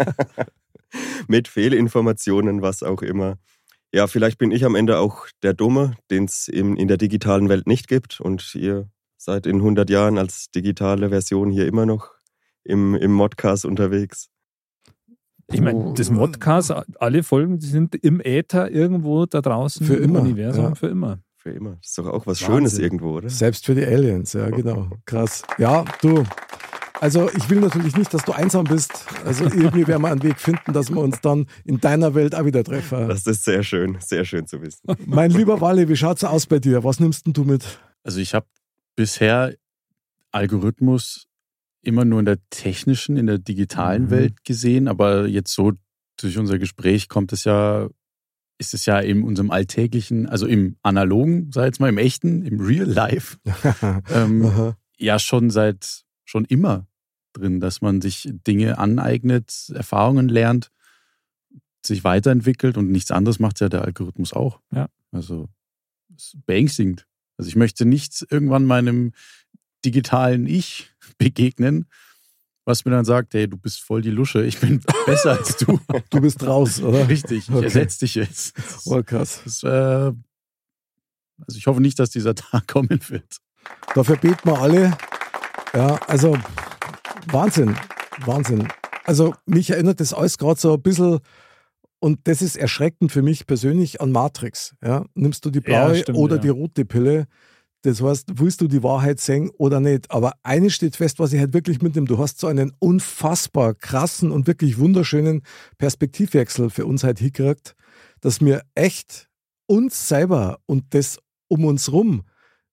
Mit Fehlinformationen, was auch immer. Ja, vielleicht bin ich am Ende auch der Dumme, den es in, in der digitalen Welt nicht gibt. Und ihr seid in hundert Jahren als digitale Version hier immer noch im, im Modcast unterwegs. Ich meine, das Modcast, alle Folgen die sind im Äther irgendwo da draußen Für im immer, Universum ja. für immer. Für immer. Das ist doch auch was Wahnsinn. Schönes irgendwo, oder? Selbst für die Aliens, ja genau. Krass. Ja, du. Also ich will natürlich nicht, dass du einsam bist. Also irgendwie werden wir einen Weg finden, dass wir uns dann in deiner Welt auch wieder treffen. Das ist sehr schön, sehr schön zu wissen. Mein lieber Walle, wie schaut's aus bei dir? Was nimmst denn du mit? Also ich habe bisher Algorithmus immer nur in der technischen, in der digitalen Mhm. Welt gesehen, aber jetzt so durch unser Gespräch kommt es ja, ist es ja in unserem alltäglichen, also im analogen, sag ich jetzt mal, im echten, im Real Life, ähm, Aha. ja schon seit, schon immer drin, dass man sich Dinge aneignet, Erfahrungen lernt, sich weiterentwickelt und nichts anderes macht ja der Algorithmus auch. Ja. Also es ist beängstigend. Also ich möchte nicht irgendwann meinem digitalen Ich begegnen, was mir dann sagt, hey, du bist voll die Lusche, ich bin besser als du. Du bist raus, oder? Richtig, ich Okay. ersetze dich jetzt. Das, Oh, krass. das, äh, also ich hoffe nicht, dass dieser Tag kommen wird. Dafür beten wir alle. Ja, also Wahnsinn, Wahnsinn. Also mich erinnert das alles gerade so ein bisschen, und das ist erschreckend für mich persönlich, an Matrix. Ja, nimmst du die blaue Ja, stimmt, oder ja. die rote Pille? Das heißt, willst du die Wahrheit sehen oder nicht? Aber eines steht fest, was ich halt wirklich mitnehme. Du hast so einen unfassbar krassen und wirklich wunderschönen Perspektivwechsel für uns halt hingekriegt, dass wir echt uns selber und das um uns rum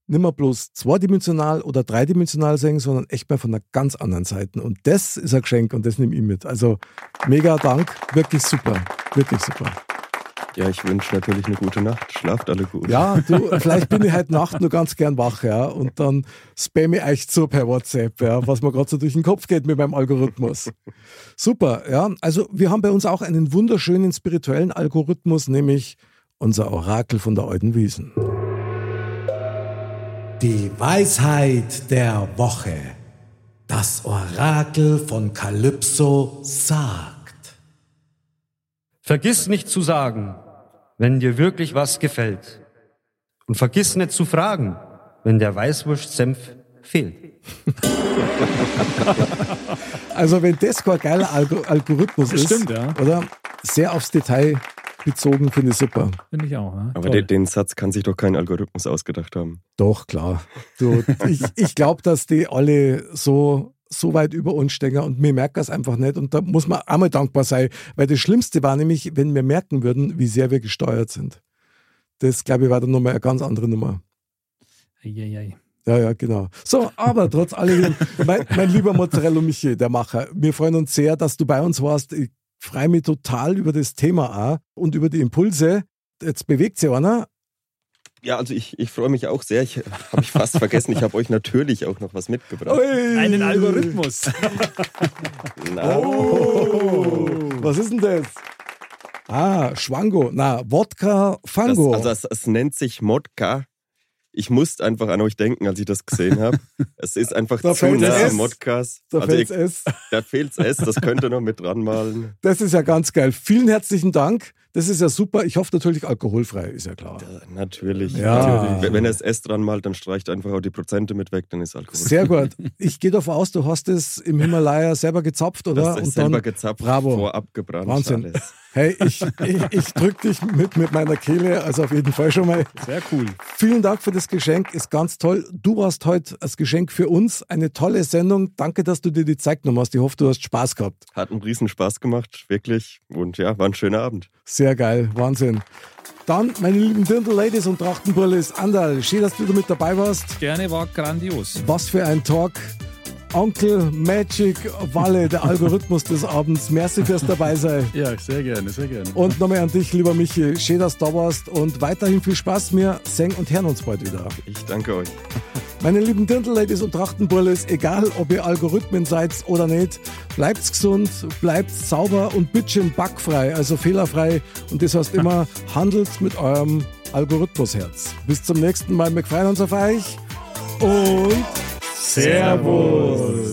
nicht mehr bloß zweidimensional oder dreidimensional sehen, sondern echt mal von einer ganz anderen Seite. Und das ist ein Geschenk und das nehme ich mit. Also mega Dank, wirklich super, wirklich super. Ja, ich wünsche natürlich eine gute Nacht. Schlaft alle gut. Ja, du, vielleicht bin ich heute Nacht nur ganz gern wach, ja, und dann spamme ich euch zu per WhatsApp, ja, was mir gerade so durch den Kopf geht mit meinem Algorithmus. Super, ja. Also wir haben bei uns auch einen wunderschönen spirituellen Algorithmus, nämlich unser Orakel von der alten Wiesen. Die Weisheit der Woche. Das Orakel von Kalypso sagt. Vergiss nicht zu sagen, wenn dir wirklich was gefällt. Und vergiss nicht zu fragen, wenn der Weißwurst-Senf fehlt. Also wenn das kein geiler Algo- Algorithmus ist, Stimmt, ja. oder? Sehr aufs Detail bezogen, finde ich super. Finde ich auch. Ja? Aber Toll. den, den Satz kann sich doch kein Algorithmus ausgedacht haben. Doch, klar. Du, ich ich glaube, dass die alle so, so weit über uns stehen und wir merken es einfach nicht. Und da muss man einmal dankbar sein, weil das Schlimmste war nämlich, wenn wir merken würden, wie sehr wir gesteuert sind. Das, glaube ich, war dann nochmal eine ganz andere Nummer. Eieiei. Ja, ja, genau. So, aber trotz alledem, mein, mein lieber Mozzarella Michi, der Macher, wir freuen uns sehr, dass du bei uns warst. Ich freue mich total über das Thema auch und über die Impulse. Jetzt bewegt sich einer. Ja, also ich, ich freue mich auch sehr. Ich habe ich fast vergessen, ich habe euch natürlich auch noch was mitgebracht. Ui. Einen Algorithmus. Na, Oh, was ist denn das? Ah, Schwango. Na, Wodka das, Fango. also es, es nennt sich Modka. Ich musste einfach an euch denken, als ich das gesehen habe. Es ist einfach Da zu fällt's nah S. am Modcast. da Also fällt's ich, es. da fehlt's S, das könnt ihr noch mit dran malen. Das ist ja ganz geil. Vielen herzlichen Dank. Das ist ja super. Ich hoffe natürlich alkoholfrei, ist ja klar. Ja, natürlich. Ja. natürlich. Wenn- Wenn ihr das S dran malt, dann streicht einfach auch die Prozente mit weg, dann ist Alkohol. Sehr gut. Ich gehe davon aus, du hast es im Himalaya selber gezapft, oder? Das ist Und selber dann, gezapft, bravo. vorab gebrannt. Wahnsinn. Alles. Hey, ich, ich, ich drücke dich mit, mit meiner Kehle, also auf jeden Fall schon mal. Sehr cool. Vielen Dank für das Geschenk, ist ganz toll. Du warst heute als Geschenk für uns, eine tolle Sendung. Danke, dass du dir die Zeit genommen hast. Ich hoffe, du hast Spaß gehabt. Hat einen riesen Spaß gemacht, wirklich. Und ja, war ein schöner Abend. Sehr geil, Wahnsinn. Dann, meine lieben Dirndl-Ladies und Trachtenbullis, Andal, schön, dass du da mit dabei warst. Gerne, war grandios. Was für ein Talk. Onkel Magic Walle, der Algorithmus des Abends. Merci fürs Dabeisein. Ja, sehr gerne, sehr gerne. Und nochmal an dich, lieber Michi. Schön, dass du da warst und weiterhin viel Spaß. Wir singen und hören uns bald wieder. Ich danke euch. Meine lieben Dirndl-Ladies und Trachtenbullis, egal ob ihr Algorithmen seid oder nicht, bleibt's gesund, bleibt sauber und bitteschön backfrei, also fehlerfrei. Und das heißt immer, handelt mit eurem Algorithmusherz. Bis zum nächsten Mal. Wir freuen uns auf euch und Servus.